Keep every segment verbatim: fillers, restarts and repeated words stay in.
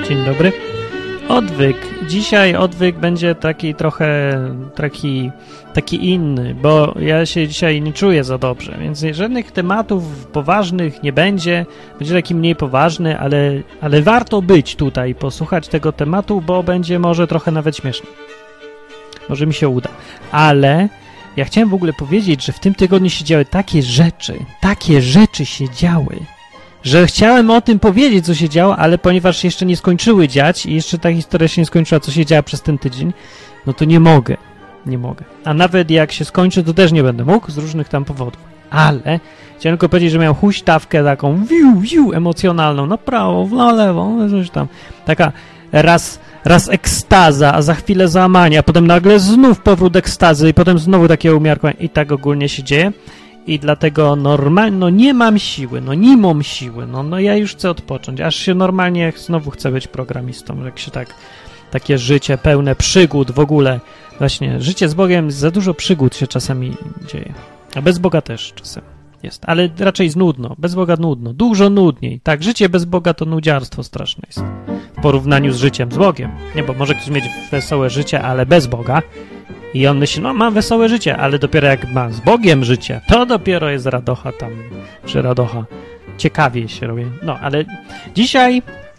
Dzień dobry. Odwyk. Dzisiaj odwyk będzie taki trochę taki, taki inny, bo ja się dzisiaj nie czuję za dobrze, więc żadnych tematów poważnych nie będzie. Będzie taki mniej poważny, ale, ale warto być tutaj, posłuchać tego tematu, bo będzie może trochę nawet śmieszny. Może mi się uda. Ale ja chciałem w ogóle powiedzieć, że w tym tygodniu się działy takie rzeczy, takie rzeczy się działy, że chciałem o tym powiedzieć, co się działo, ale ponieważ jeszcze nie skończyły dziać i jeszcze ta historia się nie skończyła, co się działo przez ten tydzień, no to nie mogę, nie mogę. A nawet jak się skończy, to też nie będę mógł z różnych tam powodów. Ale chciałem tylko powiedzieć, że miałem huśtawkę taką wiu, wiu, emocjonalną, na prawo, na lewo, coś tam. Taka raz, raz ekstaza, a za chwilę załamanie, a potem nagle znów powrót ekstazy i potem znowu takie umiarkowanie i tak ogólnie się dzieje. I dlatego normalnie, no nie mam siły, no nie mam siły, no, no ja już chcę odpocząć, aż się normalnie znowu chcę być programistą, jak się tak, takie życie pełne przygód w ogóle, właśnie, życie z Bogiem, za dużo przygód się czasami dzieje, a bez Boga też czasem jest, ale raczej z nudno, bez Boga nudno, dużo nudniej, tak, życie bez Boga to nudziarstwo straszne jest, w porównaniu z życiem z Bogiem, nie, bo może ktoś mieć wesołe życie, ale bez Boga, i on myśli, no mam wesołe życie, ale dopiero jak ma z Bogiem życie, to dopiero jest radocha tam, czy radocha. Ciekawie się robi. No, ale dzisiaj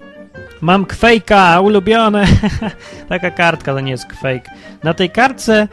mam kwejka, ulubione. Taka kartka, to nie jest kwejk. Na tej kartce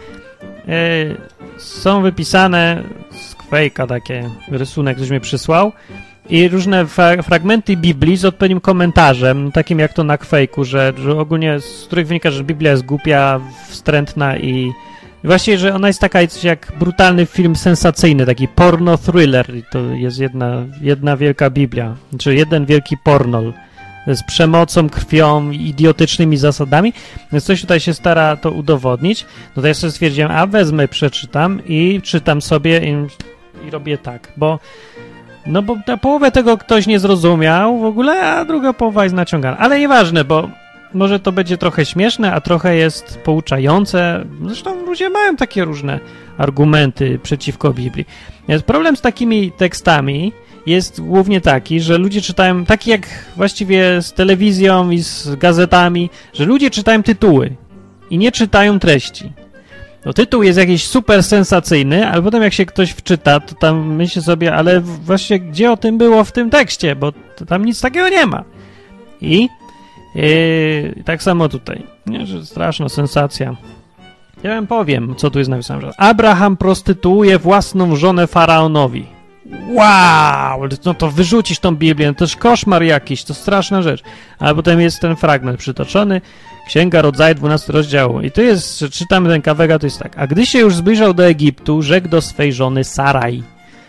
y, są wypisane z kwejka takie rysunek, ktoś mi przysłał i różne fra- fragmenty Biblii z odpowiednim komentarzem, takim jak to na kwejku, że, że ogólnie z których wynika, że Biblia jest głupia, wstrętna i właściwie, że ona jest taka coś jak brutalny film sensacyjny, taki porno-thriller. I to jest jedna, jedna wielka Biblia, czy jeden wielki pornol z przemocą, krwią, idiotycznymi zasadami. Więc coś tutaj się stara to udowodnić. No to ja sobie stwierdziłem, a wezmę, przeczytam i czytam sobie i, i robię tak, bo no bo na połowę tego ktoś nie zrozumiał w ogóle, a druga połowa jest naciągana. Ale nieważne, bo może to będzie trochę śmieszne, a trochę jest pouczające. Zresztą ludzie mają takie różne argumenty przeciwko Biblii. Więc problem z takimi tekstami jest głównie taki, że ludzie czytają, tak jak właściwie z telewizją i z gazetami, że ludzie czytają tytuły i nie czytają treści. No tytuł jest jakiś super sensacyjny, ale potem jak się ktoś wczyta, to tam myśli sobie, ale właśnie gdzie o tym było w tym tekście, bo tam nic takiego nie ma. I Yy, tak samo tutaj. Nie, że straszna sensacja. Ja wam powiem, co tu jest napisane. Że Abraham prostytuuje własną żonę faraonowi. Wow! No to wyrzucisz tą Biblię, no to jest koszmar jakiś, to straszna rzecz. A potem jest ten fragment przytoczony. Księga Rodzaju, dwunasty rozdział. I to jest, że czytamy ten kawałek, a to jest tak. A gdy się już zbliżał do Egiptu, rzekł do swej żony Saraj: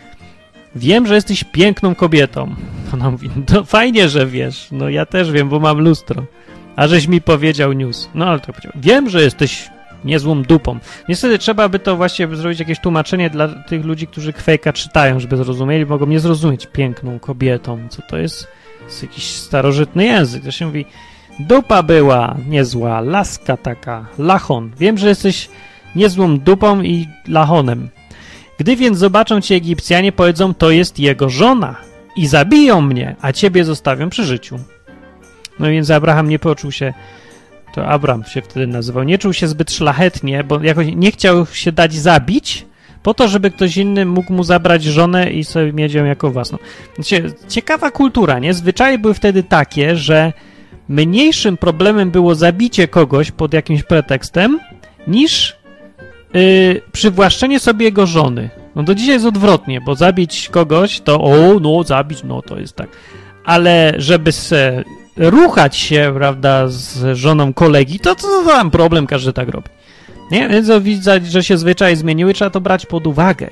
wiem, że jesteś piękną kobietą. Ona mówi, no fajnie, że wiesz. No ja też wiem, bo mam lustro. A żeś mi powiedział news. No ale to powiedział. Wiem, że jesteś niezłą dupą. Niestety trzeba by to właśnie zrobić jakieś tłumaczenie dla tych ludzi, którzy kwejka czytają, żeby zrozumieli, mogą nie zrozumieć piękną kobietą. Co to jest? To jest jakiś starożytny język. To się mówi, dupa była niezła, laska taka, lachon. Wiem, że jesteś niezłą dupą i lachonem. Gdy więc zobaczą cię Egipcjanie, powiedzą, to jest jego żona i zabiją mnie, a ciebie zostawią przy życiu. No więc Abraham nie poczuł się, to Abram się wtedy nazywał, nie czuł się zbyt szlachetnie, bo jakoś nie chciał się dać zabić po to, żeby ktoś inny mógł mu zabrać żonę i sobie mieć ją jako własną. Ciekawa kultura, nie? Zwyczaje były wtedy takie, że mniejszym problemem było zabicie kogoś pod jakimś pretekstem, niż Yy, przywłaszczenie sobie jego żony. No do dzisiaj jest odwrotnie, bo zabić kogoś to o, no zabić, no to jest tak. Ale żeby se ruchać się, prawda, z żoną kolegi, to co to tam problem, każdy tak robi. Nie? Więc widzę, że się zwyczaje zmieniły, trzeba to brać pod uwagę,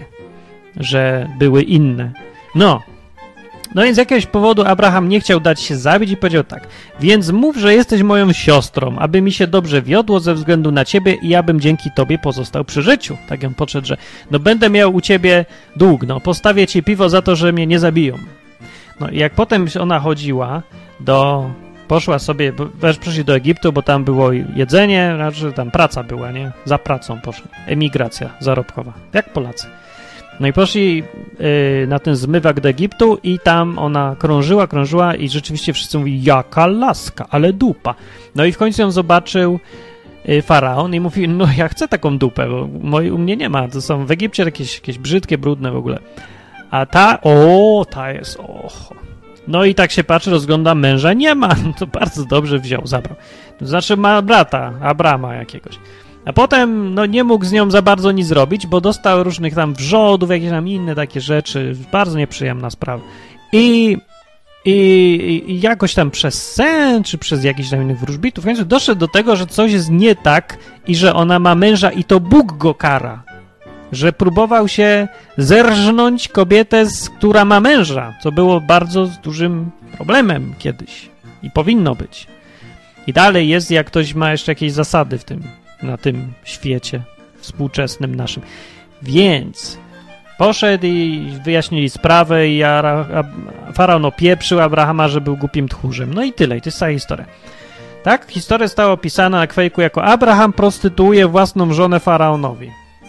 że były inne. No. No więc z jakiegoś powodu Abraham nie chciał dać się zabić i powiedział tak: więc mów, że jesteś moją siostrą, aby mi się dobrze wiodło ze względu na ciebie i ja bym dzięki tobie pozostał przy życiu. Tak ją podszedł, że no będę miał u ciebie dług, no postawię ci piwo za to, że mnie nie zabiją. No i jak potem ona chodziła do... poszła sobie, wiesz, przyszli do Egiptu, bo tam było jedzenie, znaczy tam praca była, nie? Za pracą poszli. Emigracja zarobkowa, jak Polacy. No i poszli yy, na ten zmywak do Egiptu i tam ona krążyła, krążyła i rzeczywiście wszyscy mówili, jaka laska, ale dupa. No i w końcu ją zobaczył yy, faraon i mówi, no ja chcę taką dupę, bo moi, u mnie nie ma, to są w Egipcie jakieś, jakieś brzydkie, brudne w ogóle. A ta, o, ta jest, och. No i tak się patrzy, rozgląda, męża nie ma, no to bardzo dobrze wziął, zabrał. To znaczy ma brata, Abrama jakiegoś. A potem no, nie mógł z nią za bardzo nic zrobić, bo dostał różnych tam wrzodów, jakieś tam inne takie rzeczy. Bardzo nieprzyjemna sprawa. I, i, i jakoś tam przez sen, czy przez jakiś tam innych wróżbitów, w końcu doszedł do tego, że coś jest nie tak i że ona ma męża i to Bóg go kara. Że próbował się zerżnąć kobietę, z, która ma męża, co było bardzo dużym problemem kiedyś. I powinno być. I dalej jest, jak ktoś ma jeszcze jakieś zasady w tym, na tym świecie współczesnym naszym. Więc poszedł i wyjaśnili sprawę i Ara, a, faraon opieprzył Abrahama, że był głupim tchórzem. No i tyle. I to jest cała historia. Tak? Historia została opisana na Quake'u jako Abraham prostytuuje własną żonę faraonowi.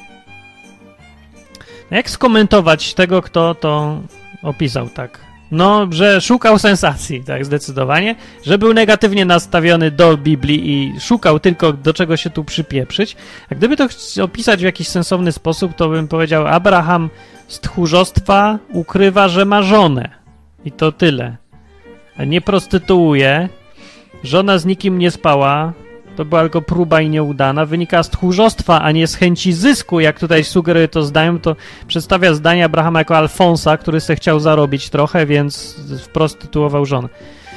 Jak skomentować tego, kto to opisał tak? No, że szukał sensacji, tak, zdecydowanie, że był negatywnie nastawiony do Biblii i szukał tylko do czego się tu przypieprzyć. A gdyby to opisać w jakiś sensowny sposób, to bym powiedział, Abraham z tchórzostwa ukrywa, że ma żonę. I to tyle. Nie prostytuuje, żona z nikim nie spała, to była tylko próba i nieudana, wynika z tchórzostwa, a nie z chęci zysku, jak tutaj sugeruje to zdaniem, to przedstawia zdanie Abrahama jako Alfonsa, który se chciał zarobić trochę, więc prostytuował żonę.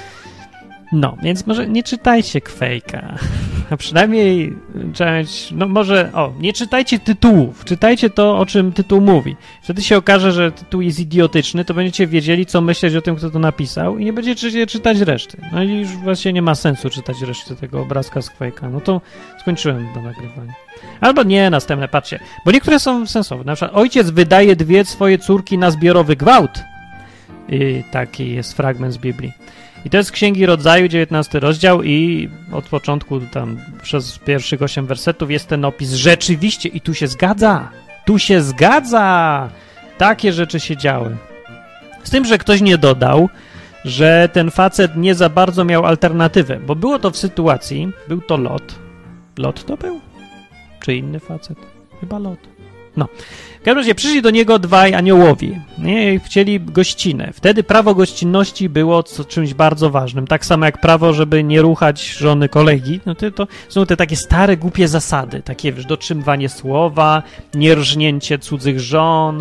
No, więc może nie czytajcie Quake'a, a przynajmniej trzeba mieć, no może, o, nie czytajcie tytułów, czytajcie to, o czym tytuł mówi. Wtedy się okaże, że tytuł jest idiotyczny, to będziecie wiedzieli, co myśleć o tym, kto to napisał i nie będziecie czytać reszty. No i już właśnie nie ma sensu czytać reszty tego obrazka z Quake'a. No to skończyłem do nagrywania. Albo nie, następne, patrzcie, bo niektóre są sensowne. Na przykład ojciec wydaje dwie swoje córki na zbiorowy gwałt. I taki jest fragment z Biblii. I to jest z Księgi Rodzaju, dziewiętnasty rozdział i od początku tam przez pierwszych osiem wersetów jest ten opis rzeczywiście i tu się zgadza. Tu się zgadza. Takie rzeczy się działy. Z tym, że ktoś nie dodał, że ten facet nie za bardzo miał alternatywę, bo było to w sytuacji, był to Lot. Lot to był? Czy inny facet? Chyba Lot. No. W każdym razie przyszli do niego dwaj aniołowie, nie? I chcieli gościnę. Wtedy prawo gościnności było co, czymś bardzo ważnym. Tak samo jak prawo, żeby nie ruchać żony kolegi. No to, to są te takie stare, głupie zasady. Takie, wiesz, dotrzymywanie słowa, nierżnięcie cudzych żon.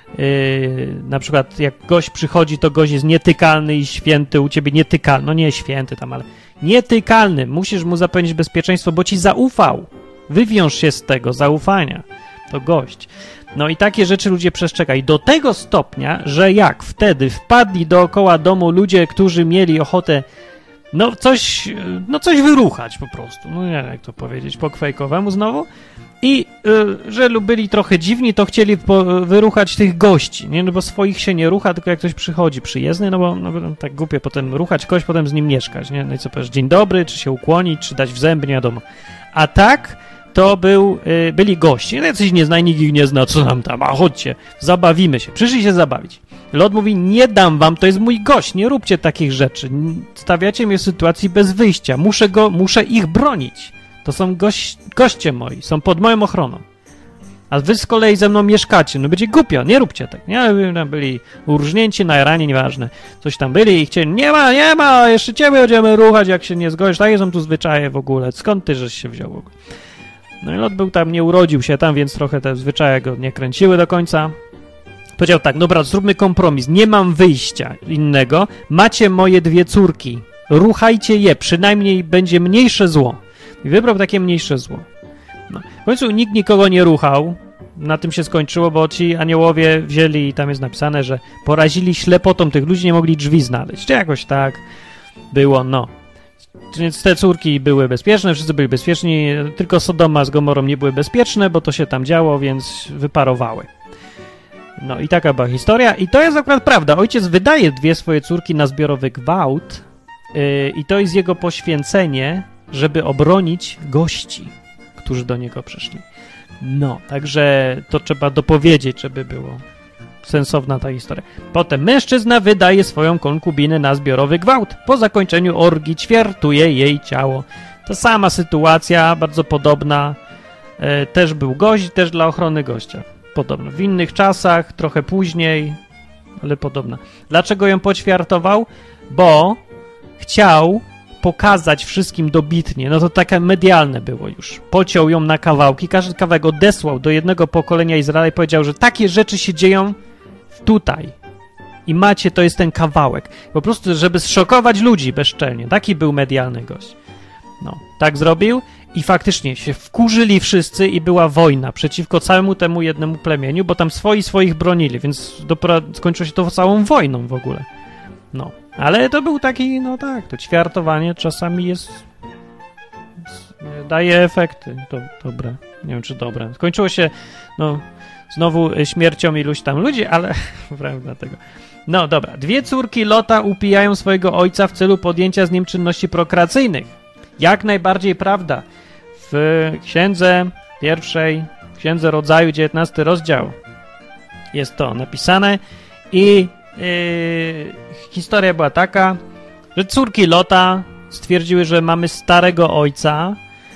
Yy, na przykład jak gość przychodzi, to gość jest nietykalny i święty, u ciebie nietykalny. No nie święty tam, ale nietykalny. Musisz mu zapewnić bezpieczeństwo, bo ci zaufał. Wywiąż się z tego zaufania. To gość. No i takie rzeczy ludzie przestrzegali. Do tego stopnia, że jak wtedy wpadli dookoła domu ludzie, którzy mieli ochotę no coś, no coś wyruchać po prostu. No nie wiem, jak to powiedzieć, po kwejkowemu znowu. I y, że byli trochę dziwni, to chcieli po, wyruchać tych gości, nie? No bo swoich się nie rucha, tylko jak ktoś przychodzi przyjezdny, no bo no, tak głupie potem ruchać kogoś, potem z nim mieszkać, nie? No i co powiesz, dzień dobry, czy się ukłonić, czy dać w zęby, nie wiadomo. A tak to był, y, byli goście, no jacyś nie zna, nikt ich nie zna, co nam tam, a chodźcie, zabawimy się, przyszli się zabawić. Lot mówi, nie dam wam, to jest mój gość, nie róbcie takich rzeczy, stawiacie mnie w sytuacji bez wyjścia, muszę go, muszę ich bronić. To są goś, goście moi, są pod moją ochroną. A wy z kolei ze mną mieszkacie, no będzie głupio, nie róbcie tak. Nie, byli urżnięci, najrani, nieważne. Coś tam byli i chcieli, nie ma, nie ma, jeszcze ciebie będziemy ruchać, jak się nie zgodzisz. Takie są tu zwyczaje w ogóle, skąd ty żeś się wziął w ogóle? No i Lot był tam, nie urodził się tam, więc trochę te zwyczaje go nie kręciły do końca. Powiedział tak, dobra, zróbmy kompromis, nie mam wyjścia innego, macie moje dwie córki, ruchajcie je, przynajmniej będzie mniejsze zło. I wybrał takie mniejsze zło. No. W końcu nikt nikogo nie ruchał. Na tym się skończyło, bo ci aniołowie wzięli, i tam jest napisane, że porazili ślepotą tych ludzi, nie mogli drzwi znaleźć. Czy jakoś tak było, no. Więc te córki były bezpieczne, wszyscy byli bezpieczni, tylko Sodoma z Gomorą nie były bezpieczne, bo to się tam działo, więc wyparowały. No i taka była historia. I to jest akurat prawda. Ojciec wydaje dwie swoje córki na zbiorowy gwałt yy, i to jest jego poświęcenie, żeby obronić gości, którzy do niego przyszli. No, także to trzeba dopowiedzieć, żeby było sensowna ta historia. Potem mężczyzna wydaje swoją konkubinę na zbiorowy gwałt. Po zakończeniu orgii ćwiartuje jej ciało. Ta sama sytuacja, bardzo podobna. E, też był gość, też dla ochrony gościa. Podobno. W innych czasach, trochę później, ale podobna. Dlaczego ją poćwiartował? Bo chciał pokazać wszystkim dobitnie, no to takie medialne było już. Pociął ją na kawałki, każdy kawałek odesłał do jednego pokolenia Izraela i powiedział, że takie rzeczy się dzieją tutaj. I macie, to jest ten kawałek. Po prostu, żeby zszokować ludzi bezczelnie. Taki był medialny gość. No, tak zrobił i faktycznie się wkurzyli wszyscy i była wojna przeciwko całemu temu jednemu plemieniu, bo tam swoi swoich bronili, więc dopiero skończyło się to całą wojną w ogóle. No, ale to był taki, no tak, to ćwiartowanie czasami jest, daje efekty do, dobre, nie wiem czy dobre. Skończyło się, no, znowu śmiercią iluś tam ludzi, ale prawda tego. No dobra, dwie córki Lota upijają swojego ojca w celu podjęcia z nim czynności prokreacyjnych. Jak najbardziej prawda. W księdze pierwszej, w księdze Rodzaju, dziewiętnasty rozdział jest to napisane i Yy, historia była taka, że córki Lota stwierdziły, że mamy starego ojca,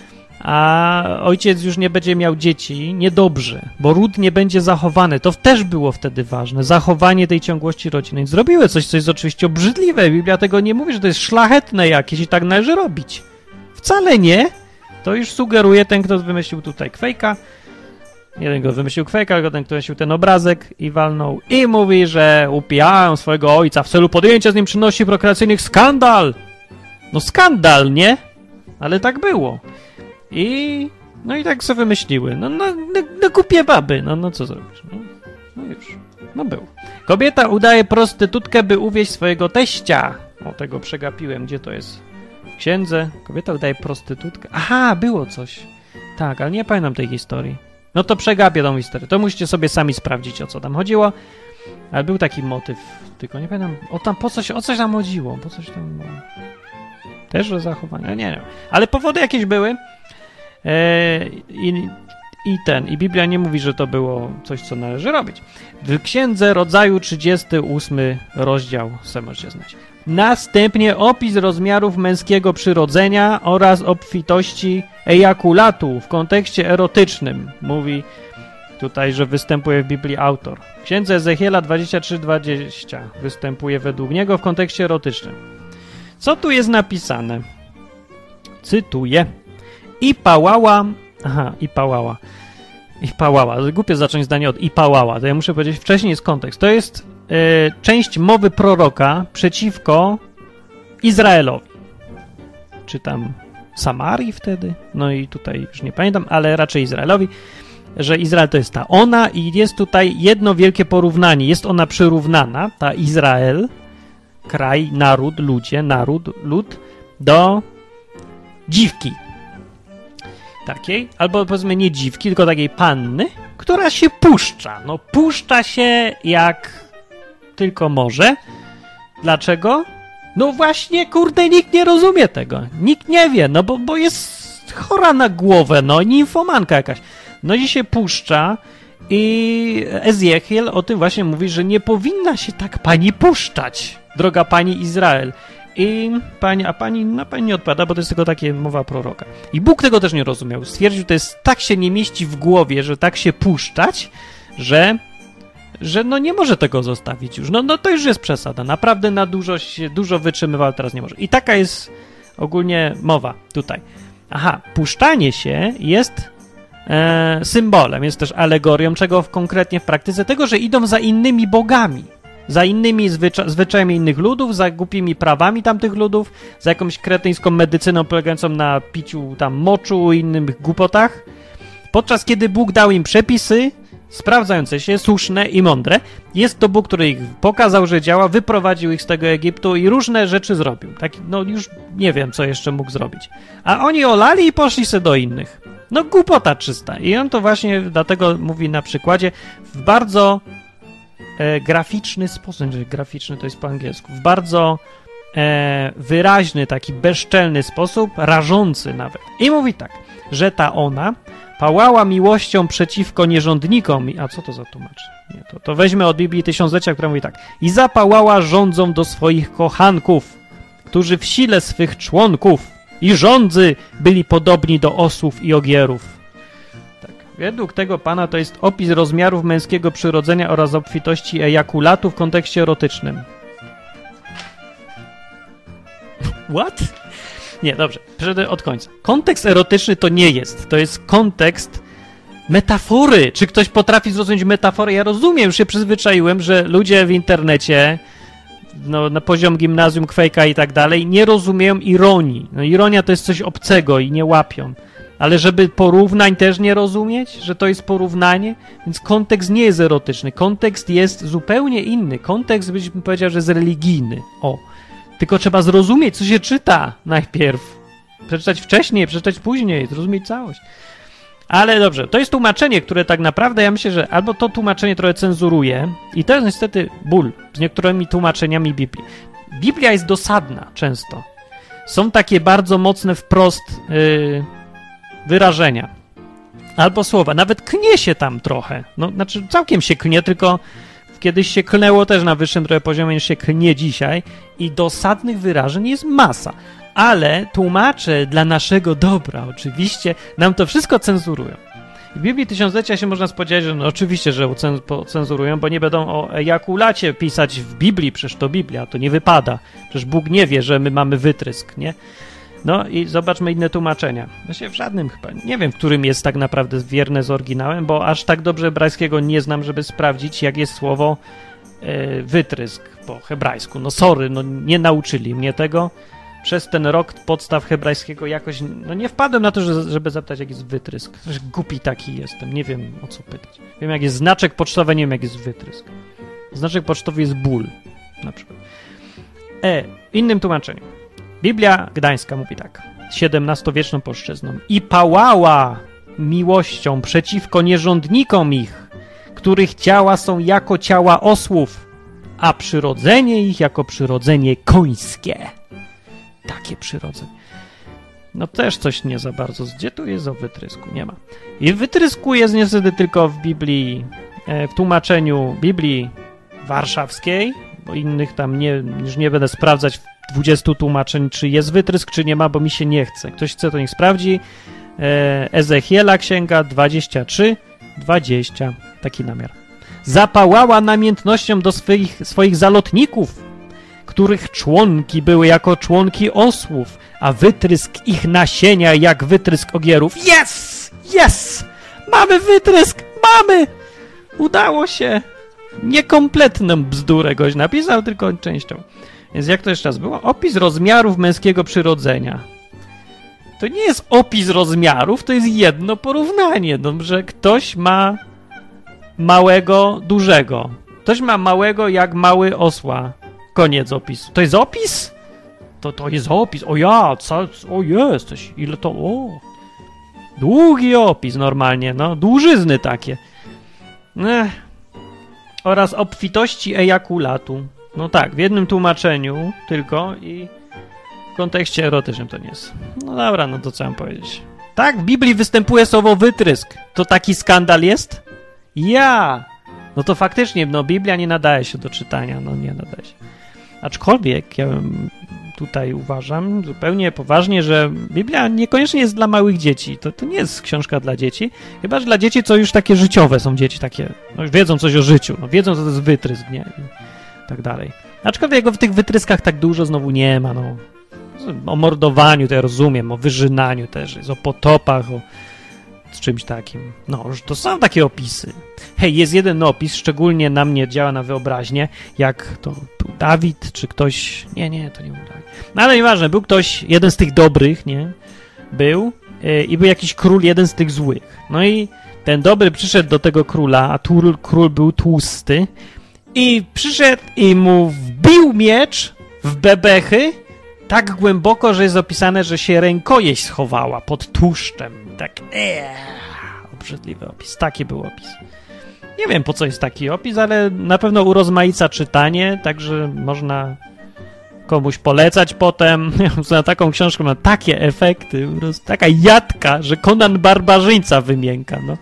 a ojciec już nie będzie miał dzieci. Niedobrze, bo ród nie będzie zachowany. To też było wtedy ważne, zachowanie tej ciągłości rodziny. Zrobiły coś, co jest oczywiście obrzydliwe. Biblia tego nie mówi, że to jest szlachetne jakieś i tak należy robić. Wcale nie. To już sugeruje ten, kto wymyślił tutaj kwejka. Nie ten, kto wymyślił kwejka, tylko ten, kto wymyślił ten obrazek i walnął. I mówi, że upijają swojego ojca w celu podjęcia z nim czynności prokreacyjnych. Skandal! No skandal, nie? Ale tak było. I... no i tak sobie wymyśliły. No, no, no, no głupie baby. No, no co zrobisz? No, no już. No był. Kobieta udaje prostytutkę, by uwieść swojego teścia. O, tego przegapiłem. Gdzie to jest? W księdze. Kobieta udaje prostytutkę. Aha, było coś. Tak, ale nie pamiętam tej historii. No to przegapię tą historię. To musicie sobie sami sprawdzić, o co tam chodziło. Ale był taki motyw, tylko nie pamiętam, o tam po coś, o coś tam chodziło, po coś tam było. Też o zachowanie, nie wiem. Ale powody jakieś były. Eee, i, I ten, i Biblia nie mówi, że to było coś, co należy robić. W księdze Rodzaju trzydziesty ósmy rozdział, sobie możecie znać. Następnie opis rozmiarów męskiego przyrodzenia oraz obfitości ejakulatu w kontekście erotycznym. Mówi tutaj, że występuje w Biblii autor. W księdze Ezechiela dwadzieścia trzy dwadzieścia występuje według niego w kontekście erotycznym. Co tu jest napisane? Cytuję. I pałała... Aha, i pałała. I pałała. Głupie zacząć zdanie od i pałała. To ja muszę powiedzieć, wcześniej jest kontekst. To jest y, część mowy proroka przeciwko Izraelowi. Czy tam Samarii wtedy? No i tutaj już nie pamiętam, ale raczej Izraelowi, że Izrael to jest ta ona i jest tutaj jedno wielkie porównanie. Jest ona przyrównana, ta Izrael, kraj, naród, ludzie, naród, lud, do dziwki. Takiej, albo powiedzmy nie dziwki, tylko takiej panny, która się puszcza. No puszcza się jak tylko może. Dlaczego? No właśnie, kurde, nikt nie rozumie tego. Nikt nie wie, no bo, bo jest chora na głowę, no nimfomanka jakaś. No i się puszcza i Ezechiel o tym właśnie mówi, że nie powinna się tak pani puszczać, droga pani Izrael. I pani, a pani, no pani nie odpada, bo to jest tylko takie mowa proroka. I Bóg tego też nie rozumiał. Stwierdził, że to jest, tak się nie mieści w głowie, że tak się puszczać, że, że no nie może tego zostawić już. No, no to już jest przesada. Naprawdę na dużo się, dużo wytrzymywał, teraz nie może. I taka jest ogólnie mowa tutaj. Aha, puszczanie się jest e, symbolem, jest też alegorią, czego w, konkretnie w praktyce? Tego, że idą za innymi bogami. Za innymi zwycza- zwyczajami innych ludów, za głupimi prawami tamtych ludów, za jakąś kretyńską medycyną polegającą na piciu tam moczu i innych głupotach, podczas kiedy Bóg dał im przepisy sprawdzające się, słuszne i mądre. Jest to Bóg, który ich pokazał, że działa, wyprowadził ich z tego Egiptu i różne rzeczy zrobił. Tak, no już nie wiem, co jeszcze mógł zrobić. A oni olali i poszli se do innych. No głupota czysta. I on to właśnie dlatego mówi na przykładzie w bardzo... E, graficzny sposób, że graficzny to jest po angielsku, w bardzo e, wyraźny, taki bezczelny sposób, rażący nawet. I mówi tak, że ta ona Pałała miłością przeciwko nierządnikom. A co to za tłumacz? Nie, to, to weźmy od Biblii Tysiąclecia, która mówi tak. I zapałała rządzą do swoich kochanków, którzy w sile swych członków i rządzy byli podobni do osłów i ogierów. Tak. Według tego pana to jest opis rozmiarów męskiego przyrodzenia oraz obfitości ejakulatu w kontekście erotycznym. What? Nie, dobrze. Przejdę od końca. Kontekst erotyczny to nie jest. To jest kontekst metafory. Czy ktoś potrafi zrozumieć metaforę? Ja rozumiem, już się przyzwyczaiłem, że ludzie w internecie, no, na poziom gimnazjum, kwejka i tak dalej, nie rozumieją ironii. No, ironia to jest coś obcego i nie łapią. Ale żeby porównań też nie rozumieć, że to jest porównanie, więc kontekst nie jest erotyczny. Kontekst jest zupełnie inny. Kontekst, byśmy powiedział, że jest religijny. O. Tylko trzeba zrozumieć, co się czyta najpierw. Przeczytać wcześniej, przeczytać później, zrozumieć całość. Ale dobrze, to jest tłumaczenie, które tak naprawdę, ja myślę, że albo to tłumaczenie trochę cenzuruje i to jest niestety ból z niektórymi tłumaczeniami Biblii. Biblia jest dosadna często. Są takie bardzo mocne wprost yy, wyrażenia. Albo słowa. Nawet knie się tam trochę. No, znaczy całkiem się knie, tylko kiedyś się klnęło też na wyższym trochę poziomie niż się klnie dzisiaj i dosadnych wyrażeń jest masa. Ale tłumacze dla naszego dobra oczywiście nam to wszystko cenzurują. W Biblii Tysiąclecia się można spodziewać, że no oczywiście, że cenzurują, bo nie będą o ejakulacie pisać w Biblii, przecież to Biblia, to nie wypada. Przecież Bóg nie wie, że my mamy wytrysk, nie? No i zobaczmy inne tłumaczenia. Właśnie w żadnym chyba, nie wiem, w którym jest tak naprawdę wierne z oryginałem, bo aż tak dobrze hebrajskiego nie znam, żeby sprawdzić, jak jest słowo e, wytrysk po hebrajsku. No sorry, no nie nauczyli mnie tego. Przez ten rok podstaw hebrajskiego jakoś, no nie wpadłem na to, że, żeby zapytać, jak jest wytrysk. Głupi taki jestem, nie wiem, o co pytać. Wiem, jak jest znaczek pocztowy, nie wiem, jak jest wytrysk. Znaczek pocztowy jest ból, na przykład. E, innym tłumaczeniem. Biblia Gdańska mówi tak, siedemnastowieczną polszczyzną. I pałała miłością przeciwko nierządnikom ich, których ciała są jako ciała osłów, a przyrodzenie ich jako przyrodzenie końskie. Takie przyrodzenie. No też coś nie za bardzo. Gdzie tu jest o wytrysku? Nie ma. I wytrysku jest niestety tylko w Biblii, w tłumaczeniu Biblii warszawskiej, bo innych tam nie, już nie będę sprawdzać dwudziestu tłumaczeń, czy jest wytrysk, czy nie ma, bo mi się nie chce. Ktoś chce, to niech sprawdzi. Ezechiela księga dwadzieścia trzy, dwadzieścia. Taki namiar. Zapałała namiętnością do swoich, swoich zalotników, których członki były jako członki osłów, a wytrysk ich nasienia jak wytrysk ogierów. Yes! Yes! Mamy wytrysk! Mamy! Udało się! Niekompletną bzdurę goś napisał, tylko częścią. Więc jak to jeszcze raz było? Opis rozmiarów męskiego przyrodzenia. To nie jest opis rozmiarów, to jest jedno porównanie. No, że ktoś ma małego, dużego. Ktoś ma małego jak mały osła. Koniec opisu. To jest opis? To, to jest opis. O ja, co, o jesteś. Ile to, o. Długi opis normalnie, no. Dłużyzny takie. Ech. Oraz obfitości ejakulatu. No tak, w jednym tłumaczeniu tylko i w kontekście erotycznym to nie jest. No dobra, no to co mam powiedzieć. Tak, w Biblii występuje słowo wytrysk. To taki skandal jest? Ja! No to faktycznie, no Biblia nie nadaje się do czytania, no nie nadaje się. Aczkolwiek ja tutaj uważam zupełnie poważnie, że Biblia niekoniecznie jest dla małych dzieci. To, to nie jest książka dla dzieci, chyba że dla dzieci, co już takie życiowe są dzieci, takie, no już wiedzą coś o życiu, no wiedzą, co to jest wytrysk, nie? I tak dalej. Aczkolwiek w tych wytryskach tak dużo znowu nie ma, no. O mordowaniu to ja rozumiem, o wyżynaniu też jest, o potopach, o z czymś takim. No, już to są takie opisy. Hej, jest jeden opis, szczególnie na mnie działa na wyobraźnię, jak to był Dawid, czy ktoś... Nie, nie, to nie był Dawid. No ale nieważne, był ktoś, jeden z tych dobrych, nie? Był yy, i był jakiś król, jeden z tych złych. No i ten dobry przyszedł do tego króla, a tu król był tłusty i przyszedł i mu wbił miecz w bebechy tak głęboko, że jest opisane, że się rękojeść schowała pod tłuszczem. Tak, eee, obrzydliwy opis. Taki był opis. Nie wiem, po co jest taki opis, ale na pewno urozmaica czytanie, także można komuś polecać potem. Na taką książkę ma takie efekty, po prostu taka jadka, że Conan Barbarzyńca wymięka, no.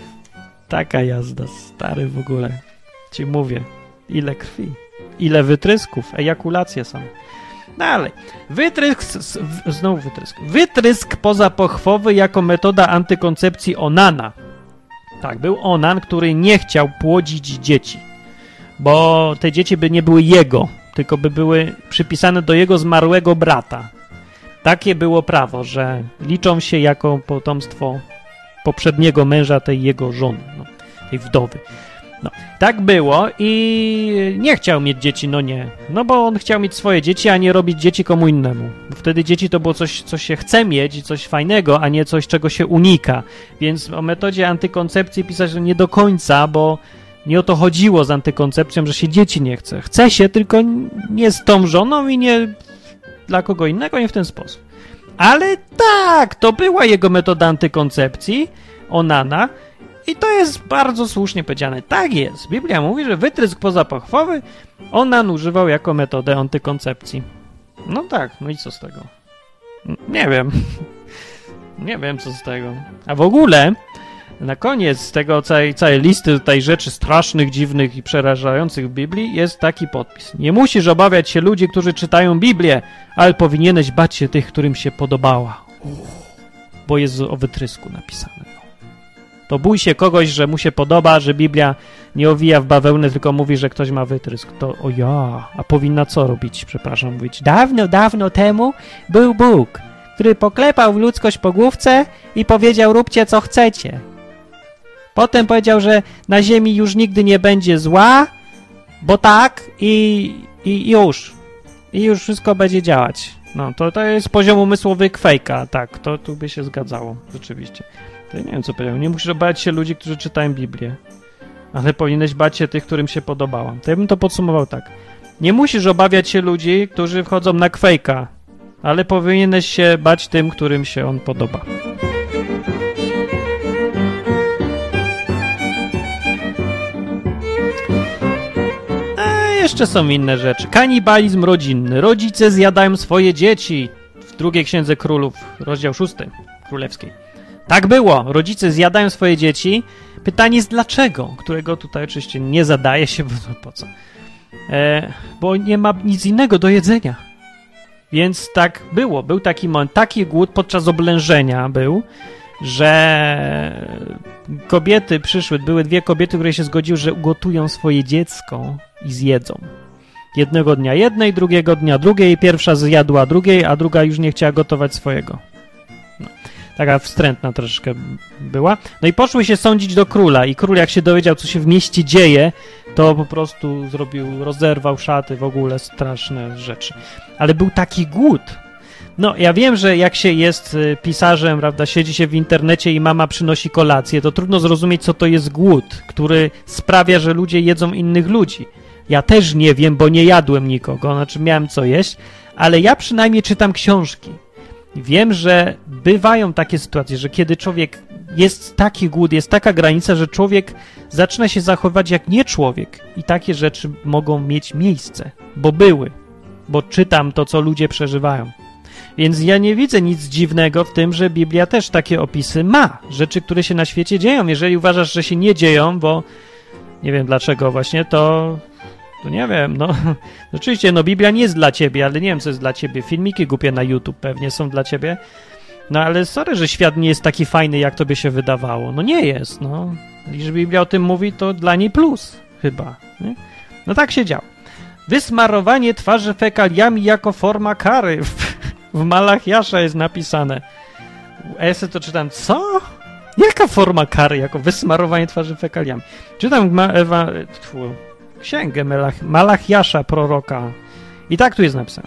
Taka jazda, stary w ogóle. Ci mówię, ile krwi, ile wytrysków, ejakulacje są. Dalej. Wytrysk, znowu wytrysk. Wytrysk pozapochwowy jako metoda antykoncepcji onana. Tak, był onan, który nie chciał płodzić dzieci, bo te dzieci by nie były jego, tylko by były przypisane do jego zmarłego brata. Takie było prawo, że liczą się jako potomstwo poprzedniego męża tej jego żony, no, tej wdowy. No, tak było i nie chciał mieć dzieci, no nie. No bo on chciał mieć swoje dzieci, a nie robić dzieci komu innemu. Bo wtedy dzieci to było coś, co się chce mieć, coś fajnego, a nie coś, czego się unika. Więc o metodzie antykoncepcji pisać że nie do końca, bo nie o to chodziło z antykoncepcją, że się dzieci nie chce. Chce się, tylko nie z tą żoną i nie dla kogo innego, nie w ten sposób. Ale tak, to była jego metoda antykoncepcji, onana. I to jest bardzo słusznie powiedziane. Tak jest. Biblia mówi, że wytrysk pozapochwowy onan używał jako metodę antykoncepcji. No tak, no i co z tego? Nie wiem. Nie wiem, co z tego. A w ogóle na koniec tego całej, całej listy tutaj rzeczy strasznych, dziwnych i przerażających w Biblii jest taki podpis. Nie musisz obawiać się ludzi, którzy czytają Biblię, ale powinieneś bać się tych, którym się podobała. Bo jest o wytrysku napisane. To bój się kogoś, że mu się podoba, że Biblia nie owija w bawełnę, tylko mówi, że ktoś ma wytrysk. To o ja, a powinna co robić? Przepraszam, mówić. Dawno, dawno temu był Bóg, który poklepał ludzkość po główce i powiedział, róbcie co chcecie. Potem powiedział, że na ziemi już nigdy nie będzie zła, bo tak i, i już. I już wszystko będzie działać. No, to, to jest poziom umysłowy kwejka, tak, to tu by się zgadzało, rzeczywiście. To ja nie wiem, co powiedział. Nie musisz bać się ludzi, którzy czytają Biblię, ale powinieneś bać się tych, którym się podobała. To ja bym to podsumował tak. Nie musisz obawiać się ludzi, którzy wchodzą na kwejka, ale powinieneś się bać tym, którym się on podoba. A jeszcze są inne rzeczy. Kanibalizm rodzinny. Rodzice zjadają swoje dzieci. W drugiej Księdze Królów, rozdział szósty, królewskiej. Tak było. Rodzice zjadają swoje dzieci. Pytanie jest dlaczego, którego tutaj oczywiście nie zadaje się, bo no po co? E, bo nie ma nic innego do jedzenia. Więc tak było. Był taki moment, taki głód podczas oblężenia był, że kobiety przyszły, były dwie kobiety, które się zgodziły, że ugotują swoje dziecko i zjedzą. Jednego dnia jednej, drugiego dnia drugiej. Pierwsza zjadła drugiej, a druga już nie chciała gotować swojego. No. Taka wstrętna troszeczkę była. No i poszły się sądzić do króla i król jak się dowiedział, co się w mieście dzieje, to po prostu zrobił, rozerwał szaty, w ogóle straszne rzeczy. Ale był taki głód. No, ja wiem, że jak się jest pisarzem, prawda, siedzi się w internecie i mama przynosi kolację, to trudno zrozumieć, co to jest głód, który sprawia, że ludzie jedzą innych ludzi. Ja też nie wiem, bo nie jadłem nikogo, znaczy miałem co jeść, ale ja przynajmniej czytam książki. Wiem, że bywają takie sytuacje, że kiedy człowiek jest taki głód, jest taka granica, że człowiek zaczyna się zachowywać jak nie człowiek i takie rzeczy mogą mieć miejsce, bo były, bo czytam to, co ludzie przeżywają. Więc ja nie widzę nic dziwnego w tym, że Biblia też takie opisy ma. Rzeczy, które się na świecie dzieją. Jeżeli uważasz, że się nie dzieją, bo nie wiem dlaczego właśnie, to... To nie wiem, no. Oczywiście, no Biblia nie jest dla ciebie, ale nie wiem, co jest dla ciebie. Filmiki głupie na YouTube pewnie są dla ciebie. No ale sorry, że świat nie jest taki fajny, jak tobie się wydawało. No nie jest, no. Jeżeli Biblia o tym mówi, to dla niej plus chyba. Nie? No tak się działo. Wysmarowanie twarzy fekaliami jako forma kary. W Malachiasza jest napisane. A ja sobie to czytam, co? Jaka forma kary jako wysmarowanie twarzy fekaliami? Czytam ma, Ewa, tfu, księgę Malach, Malachiasza, proroka. I tak tu jest napisane.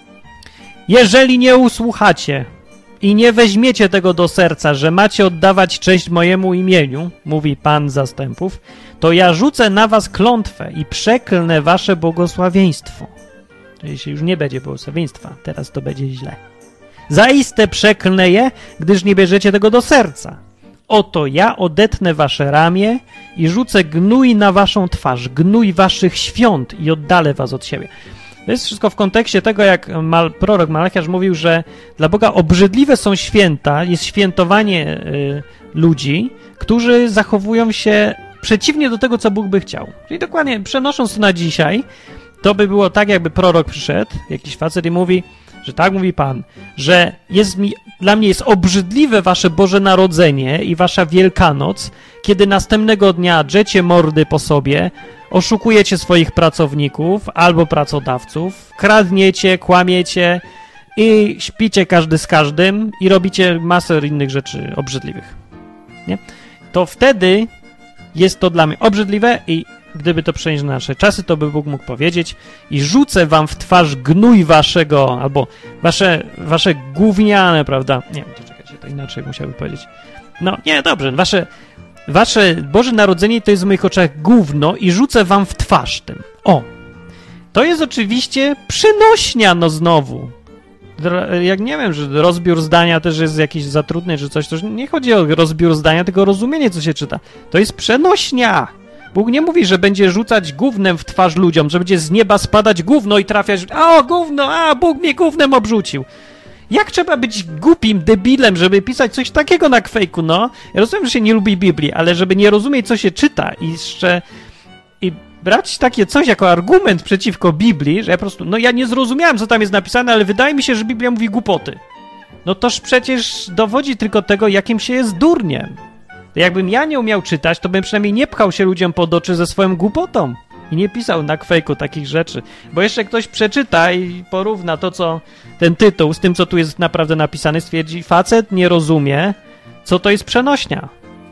Jeżeli nie usłuchacie i nie weźmiecie tego do serca, że macie oddawać cześć mojemu imieniu, mówi Pan zastępów, to ja rzucę na was klątwę i przeklnę wasze błogosławieństwo. Czyli się już nie będzie błogosławieństwa, teraz to będzie źle. Zaiste przeklnę je, gdyż nie bierzecie tego do serca. Oto ja odetnę wasze ramię i rzucę gnój na waszą twarz, gnój waszych świąt i oddalę was od siebie. To jest wszystko w kontekście tego, jak mal, prorok Malachiasz mówił, że dla Boga obrzydliwe są święta, jest świętowanie y, ludzi, którzy zachowują się przeciwnie do tego, co Bóg by chciał. Czyli dokładnie przenosząc to na dzisiaj, to by było tak, jakby prorok przyszedł, jakiś facet i mówi, że tak mówi Pan, że jest mi, dla mnie jest obrzydliwe wasze Boże Narodzenie i wasza Wielkanoc, kiedy następnego dnia drzecie mordy po sobie, oszukujecie swoich pracowników albo pracodawców, kradniecie, kłamiecie i śpicie każdy z każdym i robicie masę innych rzeczy obrzydliwych. Nie? To wtedy jest to dla mnie obrzydliwe i gdyby to przenieść na nasze czasy, to by Bóg mógł powiedzieć i rzucę wam w twarz gnój waszego, albo wasze, wasze gówniane, prawda? Nie wiem, to czekajcie, to inaczej musiałby powiedzieć. No, nie, dobrze, wasze, wasze Boże Narodzenie to jest w moich oczach gówno i rzucę wam w twarz tym. O! To jest oczywiście przenośnia, no znowu. Jak nie wiem, że rozbiór zdania też jest jakiś za trudny, czy coś, to nie chodzi o rozbiór zdania, tylko o rozumienie, co się czyta. To jest przenośnia. Bóg nie mówi, że będzie rzucać gównem w twarz ludziom, że będzie z nieba spadać gówno i trafiać, a o, gówno, a Bóg mnie gównem obrzucił. Jak trzeba być głupim debilem, żeby pisać coś takiego na kwejku, no? Ja rozumiem, że się nie lubi Biblii, ale żeby nie rozumieć, co się czyta i jeszcze... i brać takie coś jako argument przeciwko Biblii, że ja po prostu, no ja nie zrozumiałem, co tam jest napisane, ale wydaje mi się, że Biblia mówi głupoty. No toż przecież dowodzi tylko tego, jakim się jest durniem. Jakbym ja nie umiał czytać, to bym przynajmniej nie pchał się ludziom pod oczy ze swoją głupotą i nie pisał na kwejku takich rzeczy. Bo jeszcze ktoś przeczyta i porówna to, co ten tytuł z tym, co tu jest naprawdę napisane, stwierdzi, facet nie rozumie, co to jest przenośnia.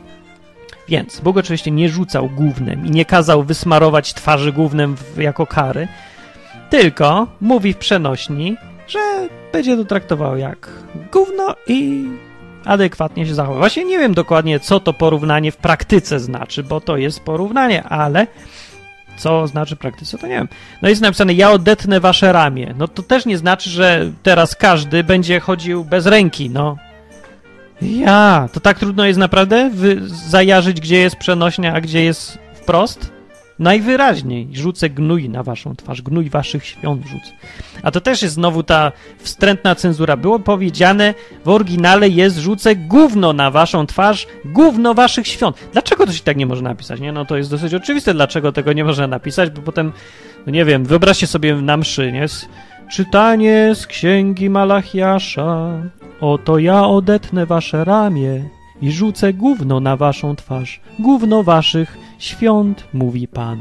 Więc Bóg oczywiście nie rzucał gównem i nie kazał wysmarować twarzy gównem w, jako kary, tylko mówi w przenośni, że będzie to traktował jak gówno i adekwatnie się zachował. Właśnie nie wiem dokładnie, co to porównanie w praktyce znaczy, bo to jest porównanie, ale co znaczy w praktyce, to nie wiem. No jest napisane, ja odetnę wasze ramię. No to też nie znaczy, że teraz każdy będzie chodził bez ręki, no. Ja, to tak trudno jest naprawdę wy- zajarzyć, gdzie jest przenośnia, a gdzie jest wprost? Najwyraźniej rzucę gnój na waszą twarz, gnój waszych świąt rzucę. A to też jest znowu ta wstrętna cenzura. Było powiedziane, w oryginale jest rzucę gówno na waszą twarz, gówno waszych świąt. Dlaczego to się tak nie może napisać? Nie, no to jest dosyć oczywiste, dlaczego tego nie można napisać, bo potem, no nie wiem, wyobraźcie sobie na mszy, nie? Czytanie z księgi Malachiasza. Oto ja odetnę wasze ramię i rzucę gówno na waszą twarz, gówno waszych świąt, mówi Pan.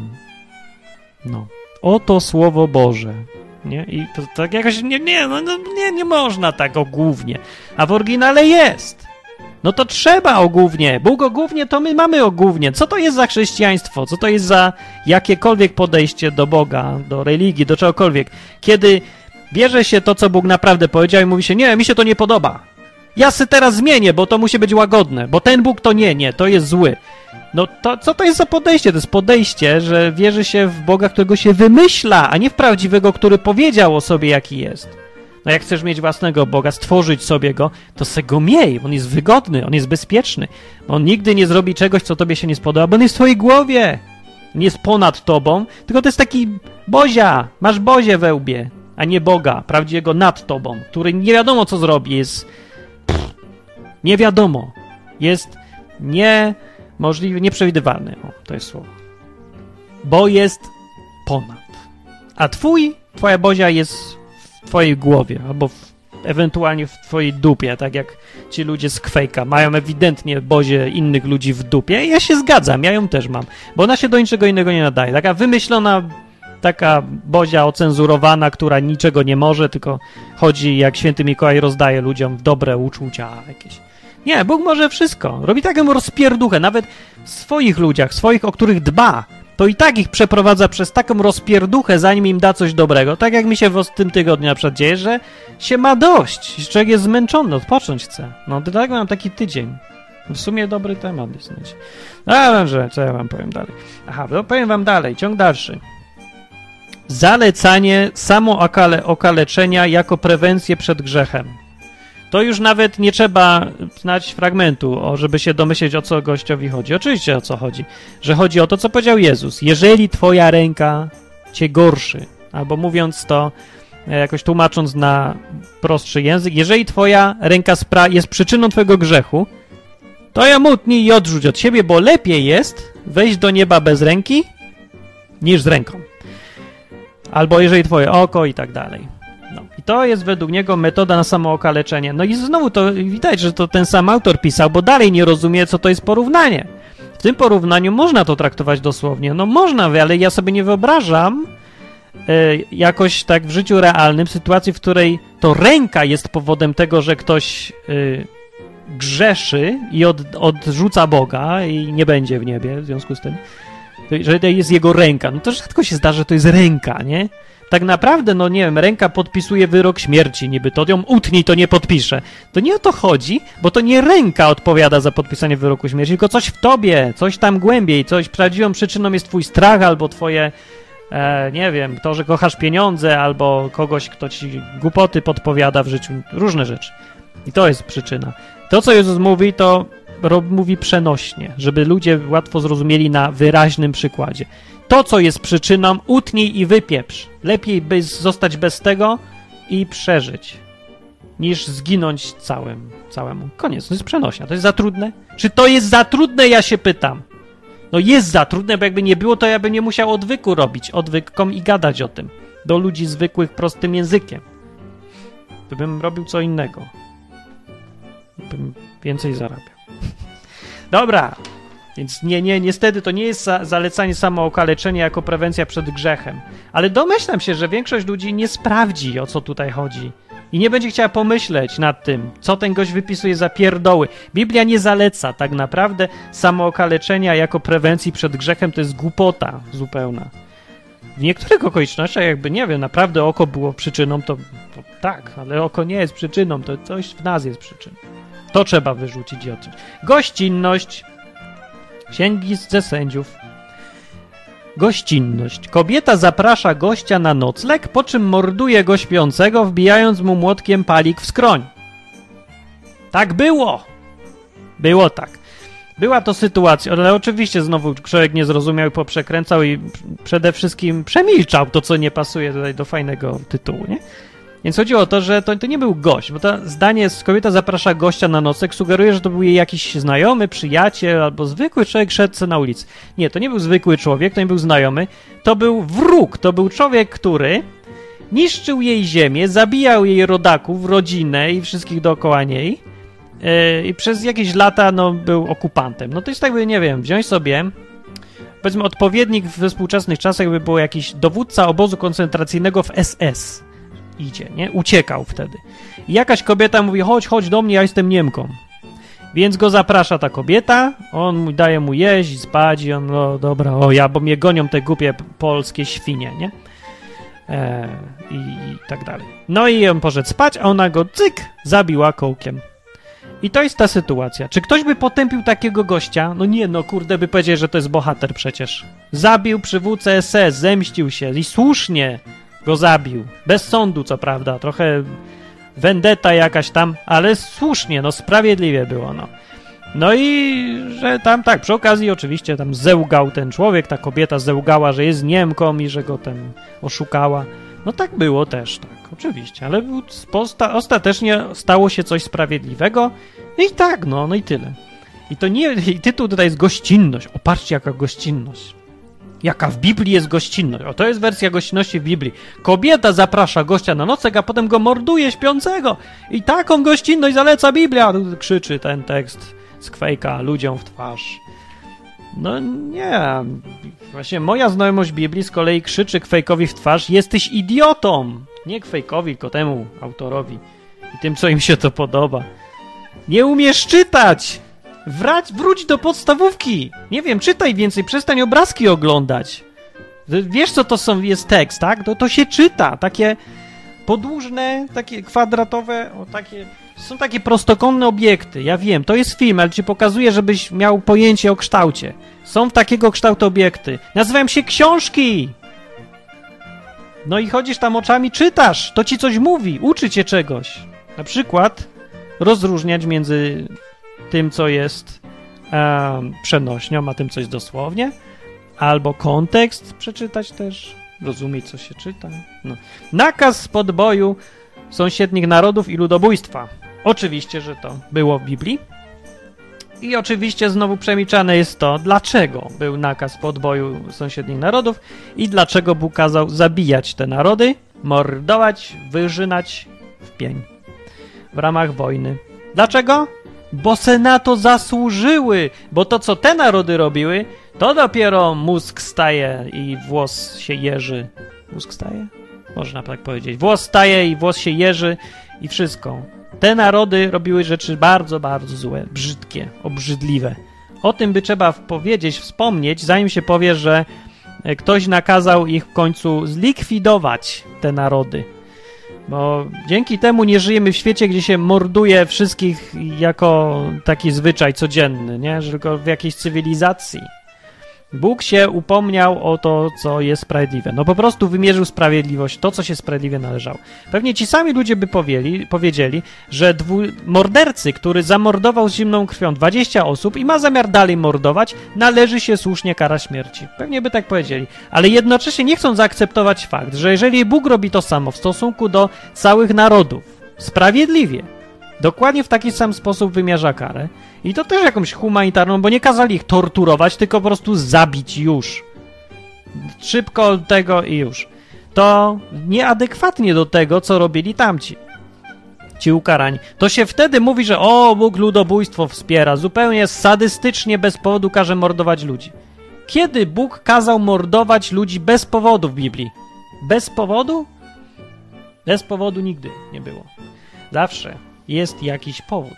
No, oto Słowo Boże. Nie? I to tak jakoś, nie, nie, no, no, nie, nie można tak o gównie. A w oryginale jest. No to trzeba o gównie. Bóg o gównie, to my mamy o gównie. Co to jest za chrześcijaństwo? Co to jest za jakiekolwiek podejście do Boga, do religii, do czegokolwiek? Kiedy bierze się to, co Bóg naprawdę powiedział i mówi się, nie, mi się to nie podoba. Ja se teraz zmienię, bo to musi być łagodne, bo ten Bóg to nie, nie, to jest zły. No to co to jest za podejście? To jest podejście, że wierzy się w Boga, którego się wymyśla, a nie w prawdziwego, który powiedział o sobie, jaki jest. No jak chcesz mieć własnego Boga, stworzyć sobie go, to se go miej. On jest wygodny, on jest bezpieczny. On nigdy nie zrobi czegoś, co tobie się nie spodoba, bo on jest w twojej głowie. Nie jest ponad tobą, tylko to jest taki bozia. Masz bozię we łbie, a nie Boga, prawdziwego nad tobą, który nie wiadomo, co zrobi. Jest... Pff, nie wiadomo. Jest niemożliwy, nieprzewidywalny. O, to jest słowo. Bo jest ponad. A twój, twoja bozia jest w twojej głowie, albo w, ewentualnie w twojej dupie, tak jak ci ludzie z Quake'a mają ewidentnie bozie innych ludzi w dupie i ja się zgadzam, ja ją też mam, bo ona się do niczego innego nie nadaje. Taka wymyślona, taka bozia ocenzurowana, która niczego nie może, tylko chodzi jak święty Mikołaj rozdaje ludziom dobre uczucia jakieś. Nie, Bóg może wszystko. Robi taką rozpierduchę, nawet w swoich ludziach, w swoich, o których dba, to i tak ich przeprowadza przez taką rozpierduchę, zanim im da coś dobrego. Tak jak mi się w tym tygodniu na przykład dzieje, że się ma dość, że człowiek jest zmęczony, odpocząć chce. No, dlatego mam taki tydzień. W sumie dobry temat jest. No, dobrze, co ja wam powiem dalej? Aha, to powiem wam dalej, ciąg dalszy. Zalecanie samookaleczenia jako prewencję przed grzechem. To już nawet nie trzeba znać fragmentu, o, żeby się domyśleć, o co gościowi chodzi. Oczywiście o co chodzi. Że chodzi o to, co powiedział Jezus. Jeżeli twoja ręka cię gorszy, Albo mówiąc to, jakoś tłumacząc na prostszy język, jeżeli twoja ręka spra- jest przyczyną twojego grzechu, to ją utnij i odrzuć od siebie, bo lepiej jest wejść do nieba bez ręki niż z ręką. Albo jeżeli twoje oko i tak dalej. No. I to jest według niego metoda na samookaleczenie. No i znowu to widać, że to ten sam autor pisał, bo dalej nie rozumie, co to jest porównanie. W tym porównaniu można to traktować dosłownie. No można, ale ja sobie nie wyobrażam y, jakoś tak w życiu realnym sytuacji, w której to ręka jest powodem tego, że ktoś y, grzeszy i od, odrzuca Boga i nie będzie w niebie w związku z tym, że to jest jego ręka. No to rzadko się zdarza, że to jest ręka, nie? Tak naprawdę, no nie wiem, ręka podpisuje wyrok śmierci niby, to ją utnij, to nie podpisze. To nie o to chodzi, bo to nie ręka odpowiada za podpisanie wyroku śmierci, tylko coś w tobie, coś tam głębiej, coś prawdziwą przyczyną jest twój strach albo twoje, e, nie wiem, to, że kochasz pieniądze albo kogoś, kto ci głupoty podpowiada w życiu, różne rzeczy. I to jest przyczyna. To, co Jezus mówi, to mówi przenośnie, żeby ludzie łatwo zrozumieli na wyraźnym przykładzie. To, co jest przyczyną, utnij i wypieprz. Lepiej by zostać bez tego i przeżyć, niż zginąć całym, całemu. Koniec, to jest przenośnia. To jest za trudne? Czy to jest za trudne, ja się pytam. No jest za trudne, bo jakby nie było, to ja bym nie musiał odwyku robić, odwykom i gadać o tym. Do ludzi zwykłych, prostym językiem. To bym robił co innego. Bym więcej zarabiał. Dobra, więc nie, nie, niestety to nie jest za, zalecanie samookaleczenia jako prewencja przed grzechem. Ale domyślam się, że większość ludzi nie sprawdzi, o co tutaj chodzi. I nie będzie chciała pomyśleć nad tym, co ten gość wypisuje za pierdoły. Biblia nie zaleca tak naprawdę samookaleczenia jako prewencji przed grzechem, to jest głupota zupełna. W niektórych okolicznościach, jakby, nie wiem, naprawdę oko było przyczyną, to, to tak, ale oko nie jest przyczyną, to coś w nas jest przyczyną. To trzeba wyrzucić i odciąć. Gościnność. Księgi ze sędziów. Gościnność. Kobieta zaprasza gościa na nocleg, po czym morduje go śpiącego, wbijając mu młotkiem palik w skroń. Tak było. Było tak. Była to sytuacja, ale oczywiście znowu człowiek nie zrozumiał i poprzekręcał i przede wszystkim przemilczał to, co nie pasuje tutaj do fajnego tytułu, nie? Więc chodziło o to, że to, to nie był gość, bo to zdanie kobieta zaprasza gościa na nocleg sugeruje, że to był jej jakiś znajomy, przyjaciel albo zwykły człowiek szedł na ulicy. Nie, to nie był zwykły człowiek, to nie był znajomy, to był wróg, to był człowiek, który niszczył jej ziemię, zabijał jej rodaków, rodzinę i wszystkich dookoła niej yy, i przez jakieś lata no, był okupantem. No to jest tak, by, nie wiem, wziąć sobie, powiedzmy odpowiednik we współczesnych czasach by był jakiś dowódca obozu koncentracyjnego w S S. Idzie, nie? Uciekał wtedy. I jakaś kobieta mówi, chodź, chodź do mnie, ja jestem Niemką. Więc go zaprasza ta kobieta, on mu daje mu jeść, spać i on, no dobra, o ja, bo mnie gonią te głupie polskie świnie, nie? E, i, I tak dalej. No i on poszedł spać, a ona go, cyk, zabiła kołkiem. I to jest ta sytuacja. Czy ktoś by potępił takiego gościa? No nie, no kurde, by powiedział, że to jest bohater przecież. Zabił przywódcę S S, zemścił się i słusznie go zabił. Bez sądu, co prawda. Trochę vendetta jakaś tam, ale słusznie, no sprawiedliwie było, no. No i że tam tak, przy okazji oczywiście tam zełgał ten człowiek, ta kobieta zełgała, że jest Niemką i że go tam oszukała. No tak było też, tak, oczywiście, ale posta- ostatecznie stało się coś sprawiedliwego i tak, no, no i tyle. I to nie, i tytuł tutaj jest gościnność. Opatrzcie, jaka gościnność. Jaka w Biblii jest gościnność. O, to jest wersja gościnności w Biblii. Kobieta zaprasza gościa na nocleg, a potem go morduje śpiącego. I taką gościnność zaleca Biblia. Krzyczy ten tekst z kwejka ludziom w twarz. No nie. Właśnie moja znajomość Biblii z kolei krzyczy kwejkowi w twarz: jesteś idiotą. Nie kwejkowi, tylko temu autorowi. I tym, co im się to podoba. Nie umiesz czytać. Wrać, wróć do podstawówki. Nie wiem, czytaj więcej, przestań obrazki oglądać. Wiesz, co to są, jest tekst, tak? To, to się czyta. Takie podłużne, takie kwadratowe, o takie, są takie prostokątne obiekty. Ja wiem, to jest film, ale ci pokazuję, żebyś miał pojęcie o kształcie. Są takiego kształtu obiekty. Nazywają się książki. No i chodzisz tam oczami, czytasz. To ci coś mówi, uczy cię czegoś. Na przykład rozróżniać między tym, co jest um, przenośnią, a tym, co jest dosłownie. Albo kontekst przeczytać też. rozumieć, co się czyta. No. Nakaz podboju sąsiednich narodów i ludobójstwa. Oczywiście, że to było w Biblii. I oczywiście znowu przemilczane jest to, dlaczego był nakaz podboju sąsiednich narodów i dlaczego Bóg kazał zabijać te narody, mordować, wyrzynać w pień w ramach wojny. Dlaczego? Bo se na to zasłużyły, bo to, co te narody robiły, to dopiero mózg staje i włos się jeży. Mózg staje? Można tak powiedzieć. Włos staje i włos się jeży i wszystko. Te narody robiły rzeczy bardzo, bardzo złe, brzydkie, obrzydliwe. O tym by trzeba powiedzieć, wspomnieć, zanim się powie, że ktoś nakazał ich w końcu zlikwidować, te narody. Bo dzięki temu nie żyjemy w świecie, gdzie się morduje wszystkich jako taki zwyczaj codzienny, nie? Że tylko w jakiejś cywilizacji. Bóg się upomniał o to, co jest sprawiedliwe. No po prostu wymierzył sprawiedliwość, to, co się sprawiedliwie należało. Pewnie ci sami ludzie by powieli, powiedzieli, że dwu, mordercy, który zamordował z zimną krwią dwadzieścia osób i ma zamiar dalej mordować, należy się słusznie kara śmierci. Pewnie by tak powiedzieli. Ale jednocześnie nie chcą zaakceptować fakt, że jeżeli Bóg robi to samo w stosunku do całych narodów, sprawiedliwie, dokładnie w taki sam sposób wymierza karę. I to też jakąś humanitarną, bo nie kazali ich torturować, tylko po prostu zabić już. Szybko tego i już. To nieadekwatnie do tego, co robili tamci. Ci ukarani. To się wtedy mówi, że o, Bóg ludobójstwo wspiera. Zupełnie sadystycznie, bez powodu każe mordować ludzi. Kiedy Bóg kazał mordować ludzi bez powodu w Biblii? Bez powodu? Bez powodu nigdy nie było. Zawsze jest jakiś powód.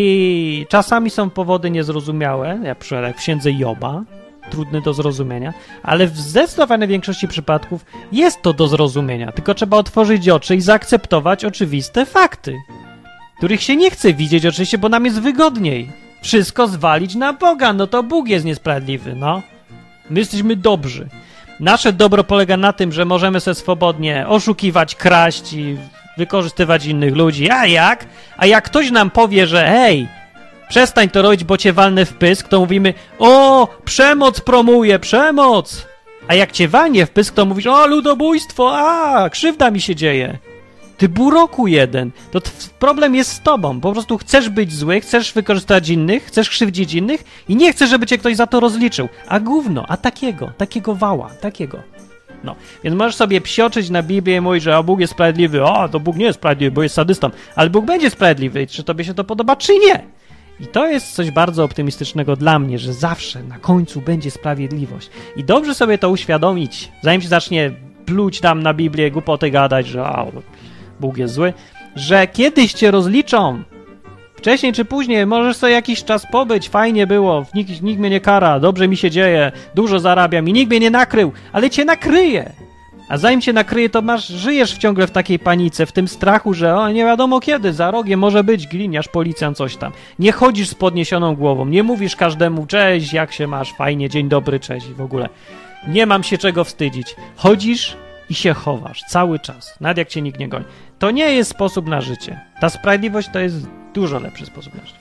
I czasami są powody niezrozumiałe, na przykład jak w księdze Joba, trudny do zrozumienia, ale w zdecydowanej większości przypadków jest to do zrozumienia, tylko trzeba otworzyć oczy i zaakceptować oczywiste fakty, których się nie chce widzieć oczywiście, bo nam jest wygodniej. Wszystko zwalić na Boga, no to Bóg jest niesprawiedliwy, no. My jesteśmy dobrzy. Nasze dobro polega na tym, że możemy sobie swobodnie oszukiwać, kraść i wykorzystywać innych ludzi. A jak? A jak ktoś nam powie, że hej, przestań to robić, bo cię walnę w pysk, to mówimy, o, przemoc promuje, przemoc. A jak cię walnie w pysk, to mówisz, o, ludobójstwo, a, krzywda mi się dzieje. Ty buroku jeden. To t- problem jest z tobą. Po prostu chcesz być zły, chcesz wykorzystać innych, chcesz krzywdzić innych i nie chcesz, żeby cię ktoś za to rozliczył. A gówno, a takiego, takiego wała, takiego. No, więc możesz sobie psioczyć na Biblię i mówić, że o, Bóg jest sprawiedliwy, o, to Bóg nie jest sprawiedliwy, bo jest sadystą, ale Bóg będzie sprawiedliwy, czy tobie się to podoba, czy nie. I to jest coś bardzo optymistycznego dla mnie, że zawsze na końcu będzie sprawiedliwość. I dobrze sobie to uświadomić, zanim się zacznie pluć tam na Biblię, głupoty gadać, że o, Bóg jest zły, że kiedyś cię rozliczą. Wcześniej czy później możesz sobie jakiś czas pobyć, fajnie było, nikt, nikt mnie nie kara, dobrze mi się dzieje, dużo zarabiam i nikt mnie nie nakrył, ale cię nakryje. A zanim cię nakryje, to masz, żyjesz ciągle w takiej panice, w tym strachu, że o, nie wiadomo kiedy, za rogiem może być gliniarz, policjant, coś tam. Nie chodzisz z podniesioną głową, nie mówisz każdemu, cześć, jak się masz, fajnie, dzień dobry, cześć i w ogóle. Nie mam się czego wstydzić. Chodzisz i się chowasz cały czas, nawet jak cię nikt nie goni. To nie jest sposób na życie. Ta sprawiedliwość to jest dużo lepszy sposób na życie.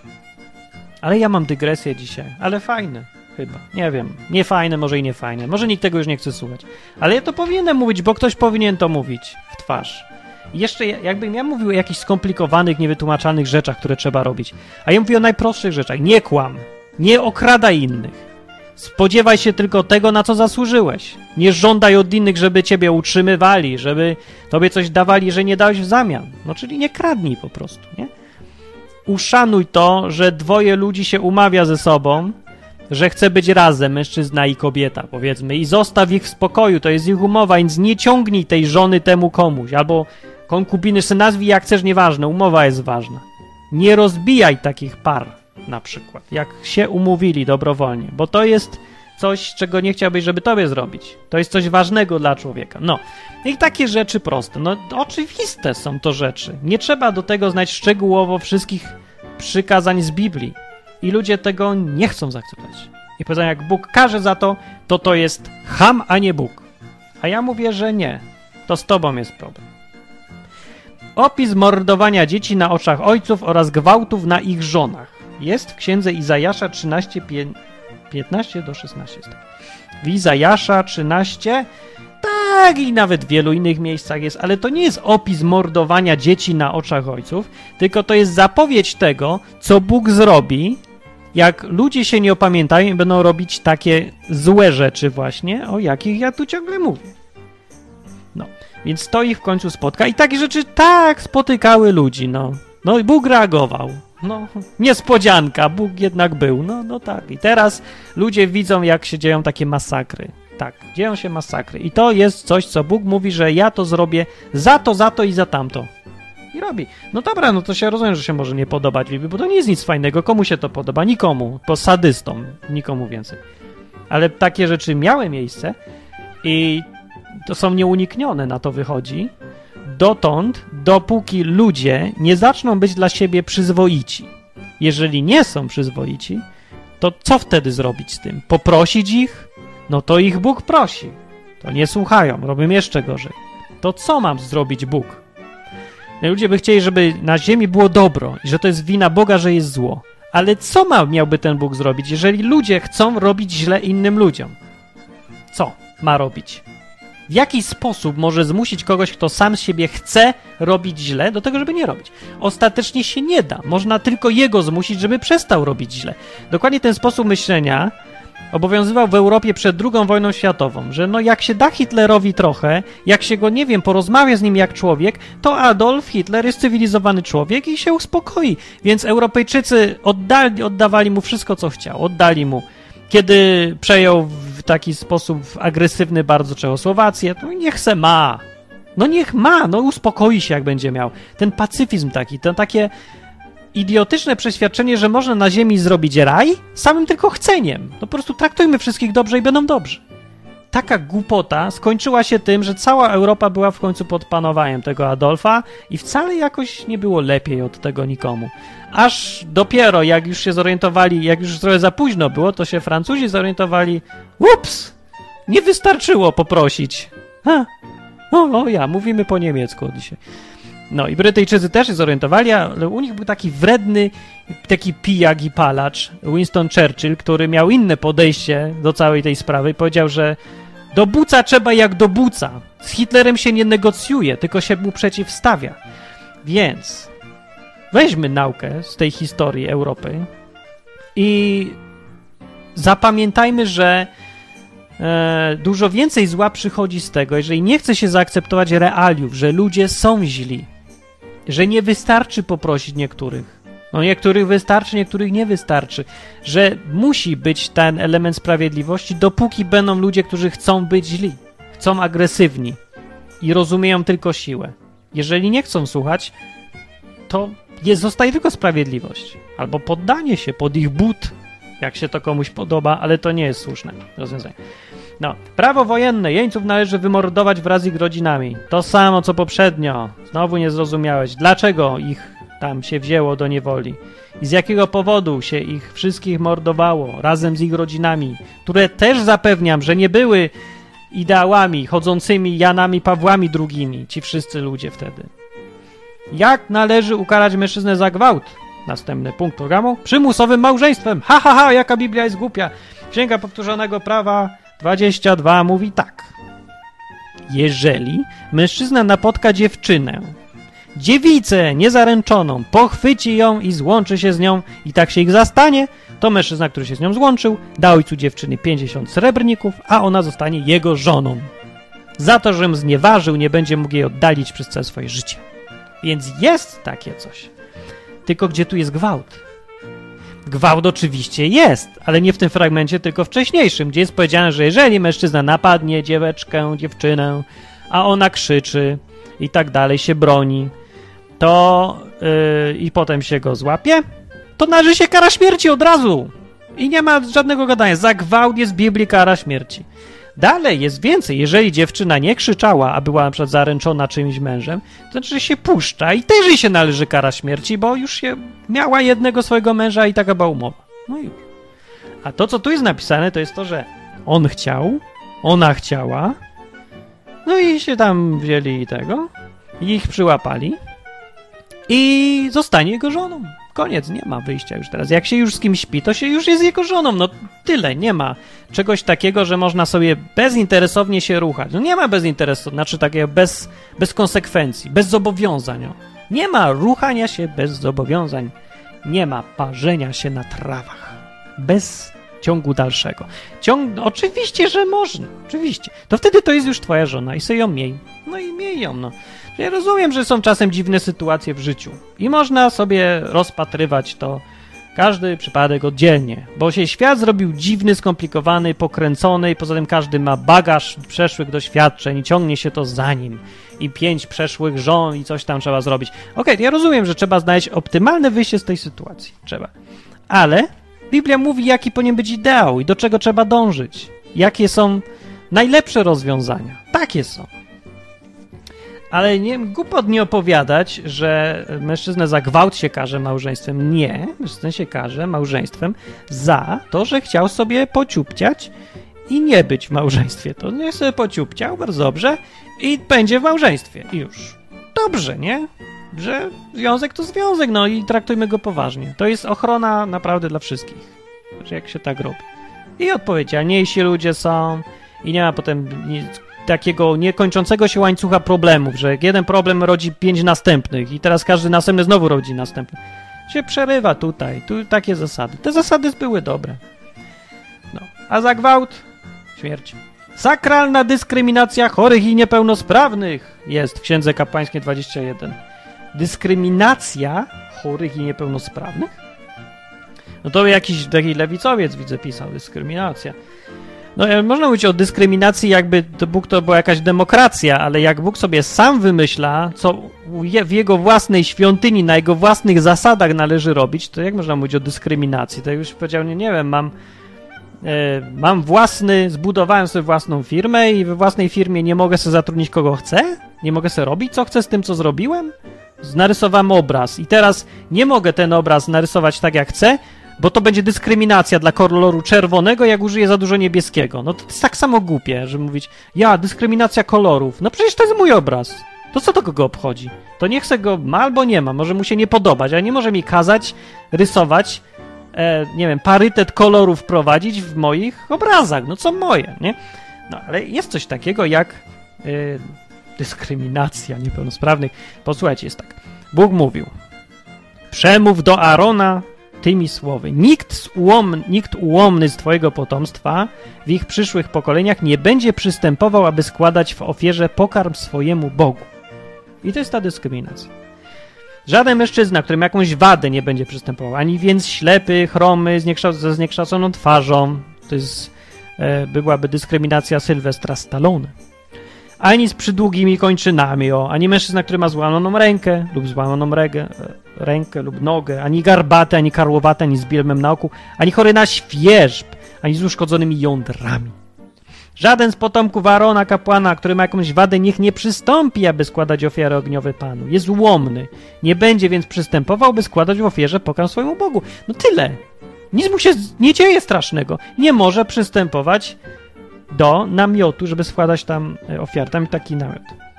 Ale ja mam dygresję dzisiaj, ale fajne chyba. Nie wiem, nie fajne, może i nie fajne. Może nikt tego już nie chce słuchać. Ale ja to powinienem mówić, bo ktoś powinien to mówić w twarz. I jeszcze jakbym ja mówił o jakichś skomplikowanych, niewytłumaczalnych rzeczach, które trzeba robić. A ja mówię o najprostszych rzeczach. Nie kłam. Nie okradaj innych. Spodziewaj się tylko tego, na co zasłużyłeś. Nie żądaj od innych, żeby ciebie utrzymywali, żeby tobie coś dawali, że nie dałeś w zamian. No czyli nie kradnij po prostu, nie? Uszanuj to, że dwoje ludzi się umawia ze sobą, że chce być razem, mężczyzna i kobieta, powiedzmy, i zostaw ich w spokoju, to jest ich umowa, więc nie ciągnij tej żony temu komuś, albo konkubiny, sobie nazwij jak chcesz, nieważne, umowa jest ważna. Nie rozbijaj takich par, na przykład, jak się umówili dobrowolnie, bo to jest coś, czego nie chciałbyś, żeby tobie zrobić. To jest coś ważnego dla człowieka. No, i takie rzeczy proste, no oczywiste są to rzeczy. Nie trzeba do tego znać szczegółowo wszystkich przykazań z Biblii. I ludzie tego nie chcą zaakceptować. I powiedzą, jak Bóg każe za to, to to jest cham, a nie Bóg. A ja mówię, że nie. To z tobą jest problem. Opis mordowania dzieci na oczach ojców oraz gwałtów na ich żonach. Jest w księdze Izajasza trzynaście, piętnaście do szesnastu. W Izajasza trzynaście, Tak, i nawet w wielu innych miejscach jest, ale to nie jest opis mordowania dzieci na oczach ojców, tylko to jest zapowiedź tego, co Bóg zrobi, jak ludzie się nie opamiętają i będą robić takie złe rzeczy właśnie, o jakich ja tu ciągle mówię. No, więc to ich w końcu spotka i takie rzeczy tak spotykały ludzi, no. No i Bóg reagował. No, niespodzianka, Bóg jednak był. No, no tak. I teraz ludzie widzą, jak się dzieją takie masakry. Tak, dzieją się masakry. I to jest coś, co Bóg mówi, że ja to zrobię za to, za to i za tamto. I robi. No dobra, no to się rozumiem, że się może nie podobać Biblii, bo to nie jest nic fajnego. Komu się to podoba? Nikomu. Po sadystom. Nikomu więcej. Ale takie rzeczy miały miejsce i to są nieuniknione, na to wychodzi. Dotąd, dopóki ludzie nie zaczną być dla siebie przyzwoici. Jeżeli nie są przyzwoici, to co wtedy zrobić z tym? Poprosić ich? No to ich Bóg prosi. To nie słuchają, robią jeszcze gorzej. To co mam zrobić Bóg? Ludzie by chcieli, żeby na ziemi było dobro i że to jest wina Boga, że jest zło. Ale co ma, miałby ten Bóg zrobić, jeżeli ludzie chcą robić źle innym ludziom? Co ma robić? W jaki sposób może zmusić kogoś, kto sam z siebie chce robić źle, do tego, żeby nie robić? Ostatecznie się nie da. Można tylko jego zmusić, żeby przestał robić źle. Dokładnie ten sposób myślenia obowiązywał w Europie przed drugą wojną światową, że no jak się da Hitlerowi trochę, jak się go, nie wiem, porozmawia z nim jak człowiek, to Adolf Hitler jest cywilizowany człowiek i się uspokoi. Więc Europejczycy oddali, oddawali mu wszystko, co chciał. Oddali mu. Kiedy przejął w taki sposób agresywny bardzo Czechosłowację, to niech se ma. No niech ma, no uspokoi się, jak będzie miał. Ten pacyfizm taki, to takie idiotyczne przeświadczenie, że można na ziemi zrobić raj samym tylko chceniem. No po prostu traktujmy wszystkich dobrze i będą dobrzy. Taka głupota skończyła się tym, że cała Europa była w końcu pod panowaniem tego Adolfa i wcale jakoś nie było lepiej od tego nikomu. Aż dopiero jak już się zorientowali, jak już trochę za późno było, to się Francuzi zorientowali, ups, nie wystarczyło poprosić. Ha, o, o ja, mówimy po niemiecku dzisiaj. No i Brytyjczycy też się zorientowali, ale u nich był taki wredny, taki pijak i palacz, Winston Churchill, który miał inne podejście do całej tej sprawy i powiedział, że do buca trzeba jak do buca. Z Hitlerem się nie negocjuje, tylko się mu przeciwstawia. Więc weźmy naukę z tej historii Europy i zapamiętajmy, że e, dużo więcej zła przychodzi z tego, jeżeli nie chce się zaakceptować realiów, że ludzie są źli, że nie wystarczy poprosić niektórych. No niektórych wystarczy, niektórych nie wystarczy. Że musi być ten element sprawiedliwości, dopóki będą ludzie, którzy chcą być źli, chcą agresywni i rozumieją tylko siłę. Jeżeli nie chcą słuchać, to jest, zostaje tylko sprawiedliwość. Albo poddanie się pod ich but, jak się to komuś podoba, ale to nie jest słuszne rozwiązanie. No, prawo wojenne. Jeńców należy wymordować wraz z ich rodzinami. To samo, co poprzednio. Znowu nie zrozumiałeś. Dlaczego ich tam się wzięło do niewoli? I z jakiego powodu się ich wszystkich mordowało razem z ich rodzinami, które też zapewniam, że nie były ideałami chodzącymi Janami Pawłami drugimi, ci wszyscy ludzie wtedy. Jak należy ukarać mężczyznę za gwałt? Następny punkt programu. Przymusowym małżeństwem. Ha, ha, ha, jaka Biblia jest głupia. Księga Powtórzonego Prawa dwadzieścia dwa mówi tak. Jeżeli mężczyzna napotka dziewczynę, dziewicę niezaręczoną, pochwyci ją i złączy się z nią i tak się ich zastanie, to mężczyzna, który się z nią złączył, da ojcu dziewczyny pięćdziesiąt srebrników, a ona zostanie jego żoną. Za to, że ją znieważył, nie będzie mógł jej oddalić przez całe swoje życie. Więc jest takie coś. Tylko gdzie tu jest gwałt? Gwałt oczywiście jest, ale nie w tym fragmencie, tylko wcześniejszym, gdzie jest powiedziane, że jeżeli mężczyzna napadnie dzieweczkę, dziewczynę, a ona krzyczy i tak dalej, się broni, to yy, i potem się go złapie, to należy się kara śmierci od razu. I nie ma żadnego gadania. Za gwałt jest w Biblii kara śmierci. Dalej jest więcej. Jeżeli dziewczyna nie krzyczała, a była na przykład zaręczona czyimś mężem, to znaczy, że się puszcza i też jej się należy kara śmierci, bo już się miała jednego swojego męża i taka była umowa. No i już. A to, co tu jest napisane, to jest to, że on chciał, ona chciała, no i się tam wzięli tego, i ich przyłapali i zostanie jego żoną. koniec, nie ma wyjścia już teraz. Jak się już z kimś śpi, to się już jest jego żoną, no tyle, nie ma czegoś takiego, że można sobie bezinteresownie się ruchać. No nie ma bezinteresownie, znaczy takiego bez, bez konsekwencji, bez zobowiązań. O. Nie ma ruchania się bez zobowiązań. Nie ma parzenia się na trawach. Bez ciągu dalszego. Ciąg... Oczywiście, że można. Oczywiście. To wtedy to jest już twoja żona i sobie ją miej. No i miej ją, no. Ja rozumiem, że są czasem dziwne sytuacje w życiu i można sobie rozpatrywać to każdy przypadek oddzielnie, bo się świat zrobił dziwny, skomplikowany, pokręcony i poza tym każdy ma bagaż przeszłych doświadczeń i ciągnie się to za nim i pięć przeszłych żon i coś tam trzeba zrobić. Okej, okay, ja rozumiem, że trzeba znaleźć optymalne wyjście z tej sytuacji. Trzeba. Ale Biblia mówi, jaki powinien być ideał i do czego trzeba dążyć. Jakie są najlepsze rozwiązania. Takie są. Ale nie, głupot nie opowiadać, że mężczyznę za gwałt się karze małżeństwem. Nie, mężczyznę się karze małżeństwem za to, że chciał sobie pociupciać i nie być w małżeństwie. To niech sobie pociupciał, bardzo dobrze, i będzie w małżeństwie. I już. Dobrze, nie? Że związek to związek, no i traktujmy go poważnie. To jest ochrona naprawdę dla wszystkich. Że jak się tak robi. I odpowiedzialniejsi ludzie są i nie ma potem nic takiego niekończącego się łańcucha problemów, że jeden problem rodzi pięć następnych i teraz każdy następny znowu rodzi następny. Się przerywa tutaj, tu takie zasady. Te zasady były dobre. No. A za gwałt? Śmierć. Sakralna dyskryminacja chorych i niepełnosprawnych jest w Księdze Kapłańskiej dwadzieścia jeden. Dyskryminacja chorych i niepełnosprawnych? No to jakiś taki lewicowiec, widzę, pisał dyskryminacja. No, można mówić o dyskryminacji, jakby to Bóg to była jakaś demokracja, ale jak Bóg sobie sam wymyśla, co w jego własnej świątyni, na jego własnych zasadach należy robić, to jak można mówić o dyskryminacji? To już powiedział, nie, nie wiem, mam, e, mam własny, zbudowałem sobie własną firmę i we własnej firmie nie mogę sobie zatrudnić kogo chcę? Nie mogę sobie robić, co chcę z tym, co zrobiłem? Narysowałem obraz i teraz nie mogę ten obraz narysować tak, jak chcę, bo to będzie dyskryminacja dla koloru czerwonego, jak użyję za dużo niebieskiego. No to jest tak samo głupie, że mówić, ja, dyskryminacja kolorów. No przecież to jest mój obraz. To co to kogo obchodzi? To niech se go ma albo nie ma. Może mu się nie podobać, ale nie może mi kazać rysować, e, nie wiem, parytet kolorów prowadzić w moich obrazach. No co moje, nie? No ale jest coś takiego jak e, dyskryminacja niepełnosprawnych. Posłuchajcie, jest tak. Bóg mówił, przemów do Aarona tymi słowy. Nikt, z ułom, nikt ułomny z twojego potomstwa w ich przyszłych pokoleniach nie będzie przystępował, aby składać w ofierze pokarm swojemu Bogu. I to jest ta dyskryminacja. Żaden mężczyzna, który ma jakąś wadę, nie będzie przystępował. Ani więc ślepy, chromy, zniekształ- ze zniekształconą twarzą. To jest, e, byłaby dyskryminacja Sylwestra Stallone. Ani z przydługimi kończynami, o, ani mężczyzna, który ma złamaną rękę lub złamaną regę, rękę lub nogę, ani garbaty, ani karłowaty, ani z bielmem na oku, ani chory na świerzb, ani z uszkodzonymi jądrami. Żaden z potomków Aarona, kapłana, który ma jakąś wadę, niech nie przystąpi, aby składać ofiary ogniowe Panu. Jest ułomny. Nie będzie więc przystępował, by składać w ofierze pokarm swojemu Bogu. No tyle. Nic mu się nie dzieje strasznego. Nie może przystępować do namiotu, żeby składać tam ofiarę. Tam taki namiot.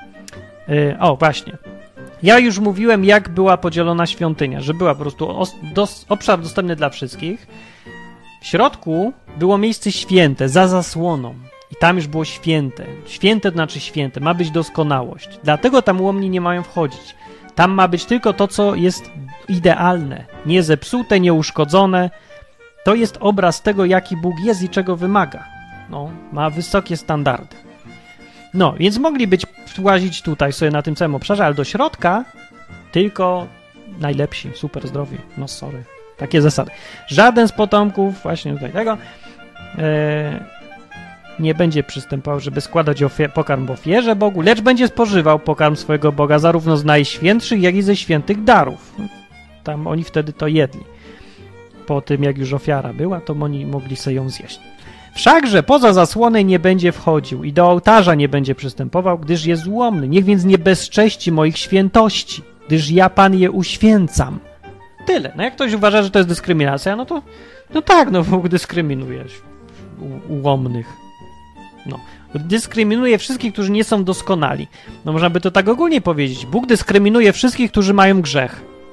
Yy, o, właśnie. Ja już mówiłem, jak była podzielona świątynia, że była po prostu os- dos- obszar dostępny dla wszystkich. W środku było miejsce święte, za zasłoną. I tam już było święte. Święte to znaczy święte. Ma być doskonałość. Dlatego tam ułomni nie mają wchodzić. Tam ma być tylko to, co jest idealne. Nie zepsute, nieuszkodzone. To jest obraz tego, jaki Bóg jest i czego wymaga. No, ma wysokie standardy. No, więc mogli być łazić tutaj sobie na tym całym obszarze, ale do środka tylko najlepsi, super zdrowi. No sorry. Takie zasady. Żaden z potomków właśnie tutaj tego e, nie będzie przystępował, żeby składać ofier- pokarm w ofierze Bogu, lecz będzie spożywał pokarm swojego Boga zarówno z najświętszych, jak i ze świętych darów. Tam oni wtedy to jedli. Po tym, jak już ofiara była, to oni mogli sobie ją zjeść. Wszakże poza zasłonę nie będzie wchodził i do ołtarza nie będzie przystępował, gdyż jest ułomny. Niech więc nie bezcześci moich świętości, gdyż ja, Pan, je uświęcam. Tyle. No jak ktoś uważa, że to jest dyskryminacja, no to no tak, no Bóg dyskryminuje u- ułomnych. No. Dyskryminuje wszystkich, którzy nie są doskonali. No można by to tak ogólnie powiedzieć. Bóg dyskryminuje wszystkich, którzy mają grzech.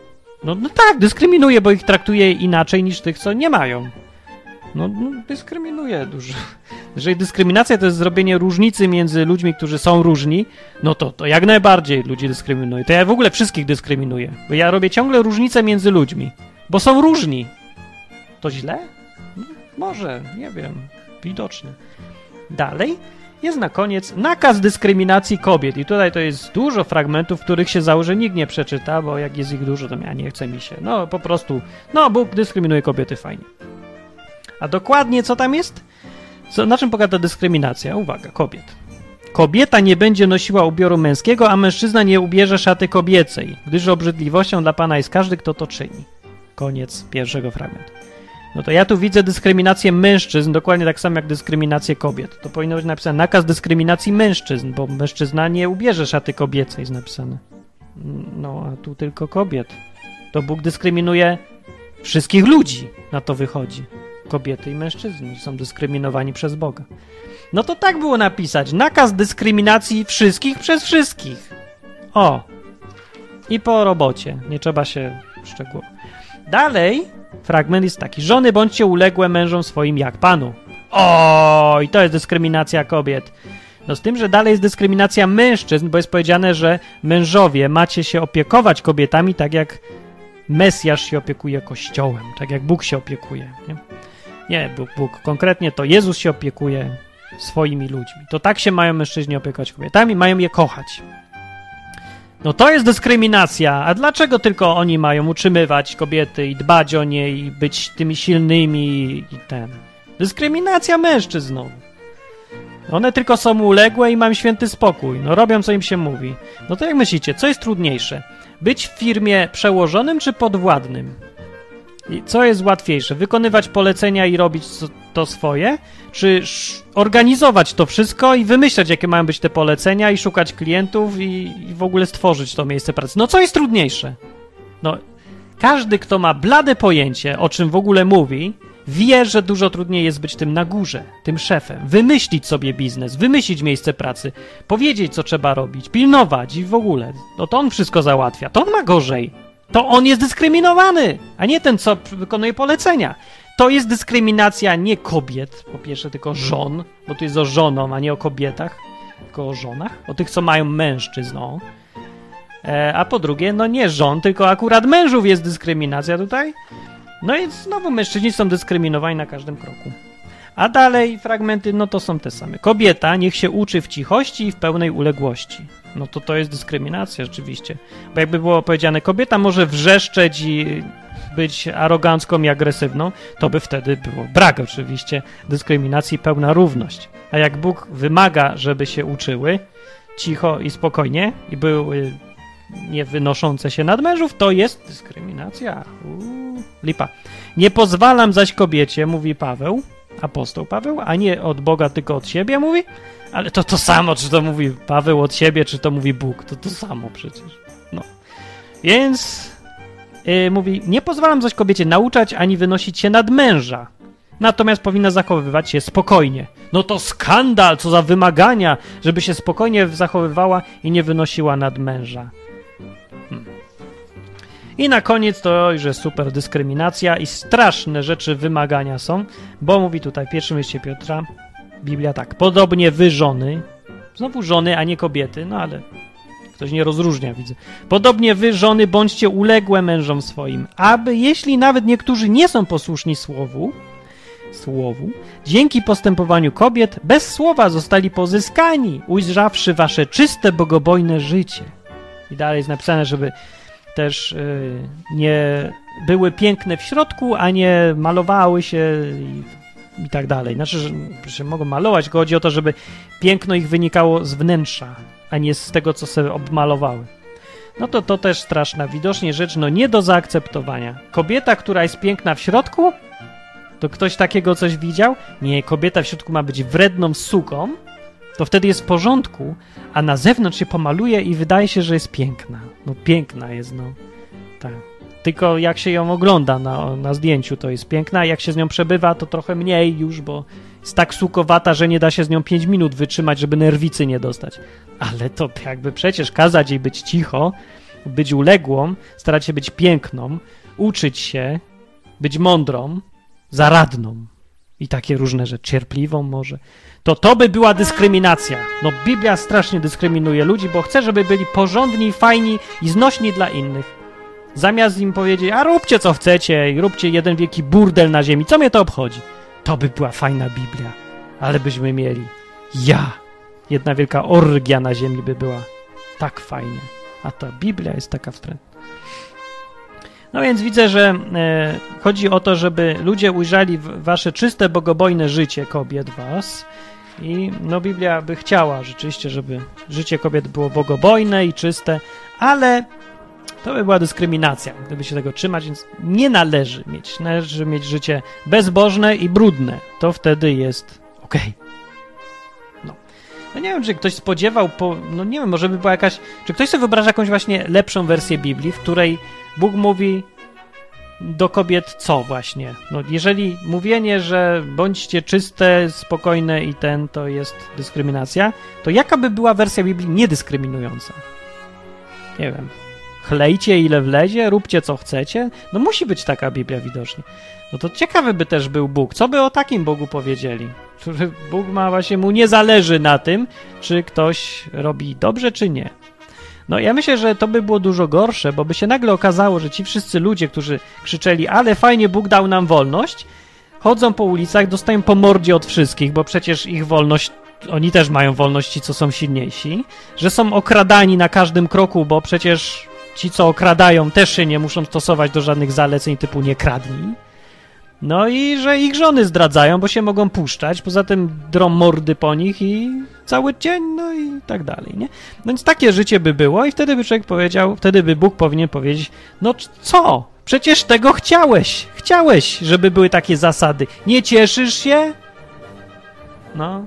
No, no tak, dyskryminuje, bo ich traktuje inaczej niż tych, co nie mają. No, no dyskryminuje dużo. Jeżeli dyskryminacja to jest zrobienie różnicy między ludźmi, którzy są różni, no to, to jak najbardziej ludzi dyskryminuje. To ja w ogóle wszystkich dyskryminuję, bo ja robię ciągle różnicę między ludźmi, bo są różni. To źle? No, może, nie wiem, widocznie. Dalej jest na koniec nakaz dyskryminacji kobiet. I tutaj to jest dużo fragmentów, których się założy, że nikt nie przeczyta, bo jak jest ich dużo, to ja nie chce mi się. No po prostu, no Bóg dyskryminuje kobiety, fajnie. A dokładnie co tam jest? Co, na czym polega ta dyskryminacja? Uwaga, kobiet. Kobieta nie będzie nosiła ubioru męskiego, a mężczyzna nie ubierze szaty kobiecej, gdyż obrzydliwością dla Pana jest każdy, kto to czyni. Koniec pierwszego fragmentu. No to ja tu widzę dyskryminację mężczyzn, dokładnie tak samo jak dyskryminację kobiet. To powinno być napisane nakaz dyskryminacji mężczyzn, bo mężczyzna nie ubierze szaty kobiecej, jest napisane. No, a tu tylko kobiet. To Bóg dyskryminuje wszystkich ludzi, na to wychodzi. Kobiety i mężczyźni są dyskryminowani przez Boga. No to tak było napisać. Nakaz dyskryminacji wszystkich przez wszystkich. O. I po robocie. Nie trzeba się szczegółowo. Dalej fragment jest taki. Żony bądźcie uległe mężom swoim jak Panu. O, i to jest dyskryminacja kobiet. No z tym, że dalej jest dyskryminacja mężczyzn, bo jest powiedziane, że mężowie macie się opiekować kobietami tak jak Mesjasz się opiekuje Kościołem, tak jak Bóg się opiekuje. Nie, nie Bóg, Bóg. Konkretnie to Jezus się opiekuje swoimi ludźmi. To tak się mają mężczyźni opiekować kobietami, mają je kochać. No to jest dyskryminacja. A dlaczego tylko oni mają utrzymywać kobiety i dbać o nie i być tymi silnymi i ten? Dyskryminacja mężczyzn. One tylko są uległe i mają święty spokój. No robią, co im się mówi. No to jak myślicie, co jest trudniejsze? Być w firmie przełożonym czy podwładnym? I co jest łatwiejsze? Wykonywać polecenia i robić to swoje? Czy organizować to wszystko i wymyślać, jakie mają być te polecenia i szukać klientów i, i w ogóle stworzyć to miejsce pracy? No co jest trudniejsze? No, każdy, kto ma blade pojęcie, o czym w ogóle mówi, wie, że dużo trudniej jest być tym na górze, tym szefem, wymyślić sobie biznes, wymyślić miejsce pracy, powiedzieć, co trzeba robić, pilnować i w ogóle. No to on wszystko załatwia. To on ma gorzej. To on jest dyskryminowany, a nie ten, co wykonuje polecenia. To jest dyskryminacja nie kobiet, po pierwsze, tylko żon, bo tu jest o żonom, a nie o kobietach, tylko o żonach, o tych, co mają mężczyzn. No. E, a po drugie, no nie żon, tylko akurat mężów jest dyskryminacja tutaj. No i znowu mężczyźni są dyskryminowani na każdym kroku. A dalej fragmenty, no to są te same. Kobieta niech się uczy w cichości i w pełnej uległości. No to to jest dyskryminacja rzeczywiście. Bo jakby było powiedziane, kobieta może wrzeszczeć i być arogancką i agresywną, to by wtedy było brak oczywiście dyskryminacji, pełna równość. A jak Bóg wymaga, żeby się uczyły cicho i spokojnie i były nie wynoszące się nad mężów, to jest dyskryminacja. Uuu, lipa. Nie pozwalam zaś kobiecie, mówi Paweł, apostoł Paweł, a nie od Boga, tylko od siebie mówi, ale to to samo, czy to mówi Paweł od siebie, czy to mówi Bóg, to to samo przecież. No. Więc yy, mówi, nie pozwalam zaś kobiecie nauczać, ani wynosić się nad męża, natomiast powinna zachowywać się spokojnie. No to skandal, co za wymagania, żeby się spokojnie zachowywała i nie wynosiła nad męża. Hmm. I na koniec to już jest super dyskryminacja i straszne rzeczy wymagania są, bo mówi tutaj w pierwszym liście Piotra Biblia tak, podobnie wy żony, znowu żony, a nie kobiety, no ale ktoś nie rozróżnia, widzę. Podobnie wy żony bądźcie uległe mężom swoim, aby jeśli nawet niektórzy nie są posłuszni słowu, słowu, dzięki postępowaniu kobiet bez słowa zostali pozyskani, ujrzawszy wasze czyste, bogobojne życie. I dalej jest napisane, żeby też yy, nie były piękne w środku, a nie malowały się i, i tak dalej. Znaczy, że, że mogą malować, tylko chodzi o to, żeby piękno ich wynikało z wnętrza, a nie z tego, co sobie obmalowały. No to to też straszna, widocznie rzecz, no nie do zaakceptowania. Kobieta, która jest piękna w środku, to ktoś takiego coś widział? Nie, kobieta w środku ma być wredną suką, to wtedy jest w porządku, a na zewnątrz się pomaluje i wydaje się, że jest piękna. No piękna jest, no. Tak. Tylko jak się ją ogląda na, na zdjęciu, to jest piękna, a jak się z nią przebywa, to trochę mniej już, bo jest tak sukowata, że nie da się z nią pięć minut wytrzymać, żeby nerwicy nie dostać. Ale to jakby przecież kazać jej być cicho, być uległą, starać się być piękną, uczyć się, być mądrą, zaradną i takie różne rzeczy, cierpliwą może, to to by była dyskryminacja. No Biblia strasznie dyskryminuje ludzi, bo chce, żeby byli porządni, fajni i znośni dla innych. Zamiast im powiedzieć, a róbcie co chcecie i róbcie jeden wielki burdel na ziemi, co mnie to obchodzi? To by była fajna Biblia, ale byśmy mieli ja. Jedna wielka orgia na ziemi by była. Tak fajnie. A ta Biblia jest taka wstrętna. No więc widzę, że e, chodzi o to, żeby ludzie ujrzeli w wasze czyste, bogobojne życie kobiet was i no Biblia by chciała rzeczywiście, żeby życie kobiet było bogobojne i czyste, ale to by była dyskryminacja, gdyby się tego trzymać, więc nie należy mieć. Należy mieć życie bezbożne i brudne. To wtedy jest okej. Okay. No. No nie wiem, czy ktoś spodziewał, po, no nie wiem, może by była jakaś, czy ktoś sobie wyobraża jakąś właśnie lepszą wersję Biblii, w której Bóg mówi do kobiet co właśnie? No jeżeli mówienie, że bądźcie czyste, spokojne i ten, to jest dyskryminacja, to jaka by była wersja Biblii niedyskryminująca? Nie wiem. Chlejcie ile wlezie, róbcie co chcecie. No musi być taka Biblia widocznie. No to ciekawy by też był Bóg. Co by o takim Bogu powiedzieli? Który Bóg ma właśnie, mu nie zależy na tym, czy ktoś robi dobrze, czy nie. No ja myślę, że to by było dużo gorsze, bo by się nagle okazało, że ci wszyscy ludzie, którzy krzyczeli, ale fajnie Bóg dał nam wolność, chodzą po ulicach, dostają po mordzie od wszystkich, bo przecież ich wolność, oni też mają wolności, co są silniejsi, że są okradani na każdym kroku, bo przecież ci, co okradają, też się nie muszą stosować do żadnych zaleceń typu nie kradnij. No i że ich żony zdradzają, bo się mogą puszczać, poza tym drą mordy po nich i cały dzień, no i tak dalej, nie? No więc takie życie by było i wtedy by człowiek powiedział, wtedy by Bóg powinien powiedzieć, no co? Przecież tego chciałeś, chciałeś, żeby były takie zasady. Nie cieszysz się? No,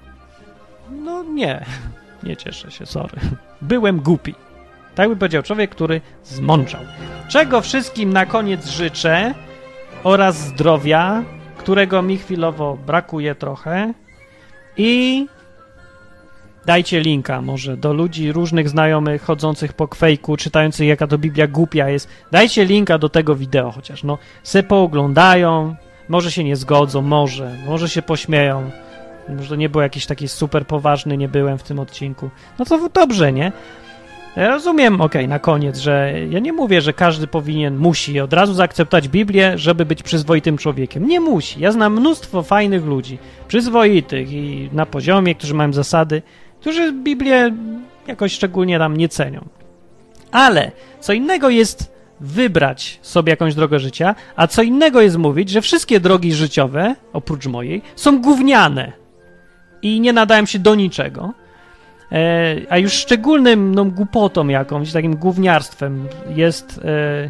no nie, nie cieszę się, sorry. Byłem głupi. Tak by powiedział człowiek, który zmądrzał. Czego wszystkim na koniec życzę oraz zdrowia, którego mi chwilowo brakuje trochę i dajcie linka może do ludzi różnych znajomych chodzących po kwejku, czytających jaka to Biblia głupia jest. Dajcie linka do tego wideo chociaż, no se pooglądają, może się nie zgodzą, może, może się pośmieją. Może to nie był jakiś taki super poważny, nie byłem w tym odcinku. No to dobrze, nie? Ja rozumiem, okej, okay, na koniec, że ja nie mówię, że każdy powinien, musi od razu zaakceptować Biblię, żeby być przyzwoitym człowiekiem. Nie musi. Ja znam mnóstwo fajnych ludzi, przyzwoitych i na poziomie, którzy mają zasady, którzy Biblię jakoś szczególnie tam nie cenią. Ale co innego jest wybrać sobie jakąś drogę życia, a co innego jest mówić, że wszystkie drogi życiowe, oprócz mojej, są gówniane i nie nadają się do niczego. E, a już szczególnym no, głupotą jakąś, takim gówniarstwem jest e,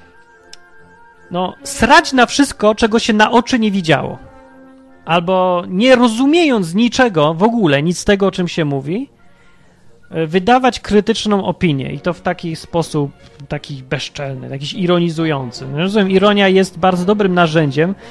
no, srać na wszystko, czego się na oczy nie widziało. Albo nie rozumiejąc niczego w ogóle, nic z tego, o czym się mówi, e, wydawać krytyczną opinię i to w taki sposób, taki bezczelny, jakiś ironizujący. No, rozumiem, ironia jest bardzo dobrym narzędziem e,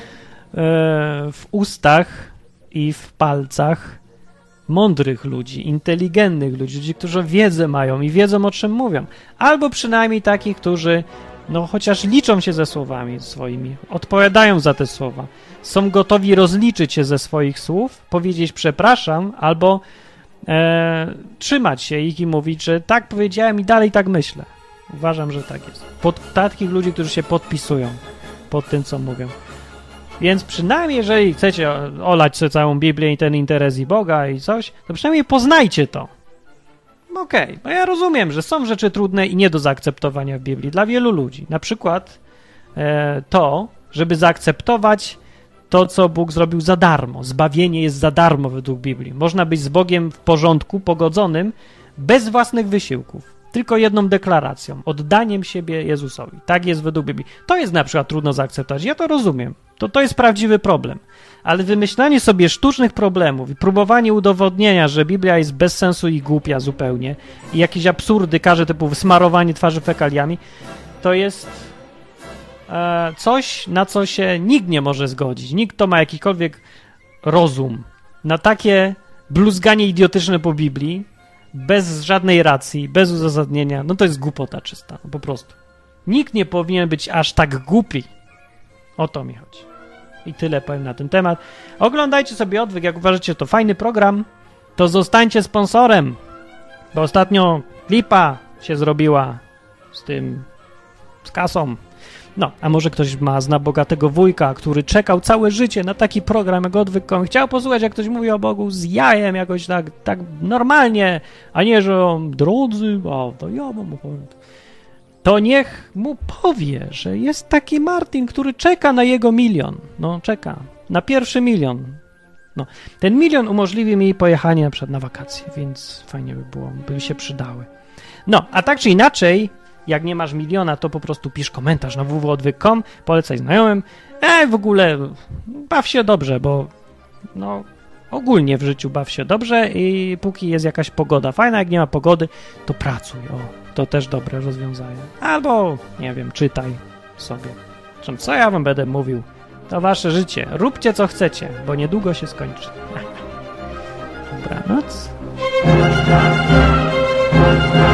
w ustach i w palcach mądrych ludzi, inteligentnych ludzi, ludzi, którzy wiedzę mają i wiedzą, o czym mówią. Albo przynajmniej takich, którzy no chociaż liczą się ze słowami swoimi, odpowiadają za te słowa, są gotowi rozliczyć się ze swoich słów, powiedzieć przepraszam, albo e, trzymać się ich i mówić, że tak powiedziałem i dalej tak myślę. Uważam, że tak jest. Pod takich ludzi, którzy się podpisują pod tym, co mówią. Więc przynajmniej, jeżeli chcecie olać sobie całą Biblię i ten interes i Boga i coś, to przynajmniej poznajcie to. Okej, okay. No ja rozumiem, że są rzeczy trudne i nie do zaakceptowania w Biblii dla wielu ludzi. Na przykład e, to, żeby zaakceptować to, co Bóg zrobił za darmo. Zbawienie jest za darmo według Biblii. Można być z Bogiem w porządku, pogodzonym, bez własnych wysiłków. Tylko jedną deklaracją, oddaniem siebie Jezusowi. Tak jest według Biblii. To jest na przykład trudno zaakceptować. Ja to rozumiem. To, to jest prawdziwy problem. Ale wymyślanie sobie sztucznych problemów i próbowanie udowodnienia, że Biblia jest bez sensu i głupia zupełnie i jakieś absurdy, każe typu smarowanie twarzy fekaliami, to jest e, coś, na co się nikt nie może zgodzić. Nikt, kto ma jakikolwiek rozum na takie bluzganie idiotyczne po Biblii, bez żadnej racji, bez uzasadnienia, no to jest głupota czysta, no po prostu. Nikt nie powinien być aż tak głupi. O to mi chodzi. I tyle powiem na ten temat. Oglądajcie sobie Odwyk, jak uważacie, to fajny program, to zostańcie sponsorem, bo ostatnio lipa się zrobiła z tym, z kasą. No, a może ktoś ma, zna bogatego wujka, który czekał całe życie na taki program jak Odwyk kropka com. Chciał posłuchać, jak ktoś mówi o Bogu z jajem jakoś tak, tak normalnie, a nie, że on, drodzy, o, to ja mam opowiedzieć. To niech mu powie, że jest taki Martin, który czeka na jego milion. No, czeka. Na pierwszy milion. No, ten milion umożliwi mi pojechanie na przykład na wakacje, więc fajnie by było, by się przydały. No, a tak czy inaczej, jak nie masz miliona, to po prostu pisz komentarz na w w w kropka odwyk kropka com, polecaj znajomym. E, w ogóle baw się dobrze, bo no ogólnie w życiu baw się dobrze i póki jest jakaś pogoda fajna, jak nie ma pogody, to pracuj. O, to też dobre rozwiązanie. Albo, nie wiem, czytaj sobie. Zresztą, co ja wam będę mówił? To wasze życie. Róbcie co chcecie, bo niedługo się skończy. Dobranoc.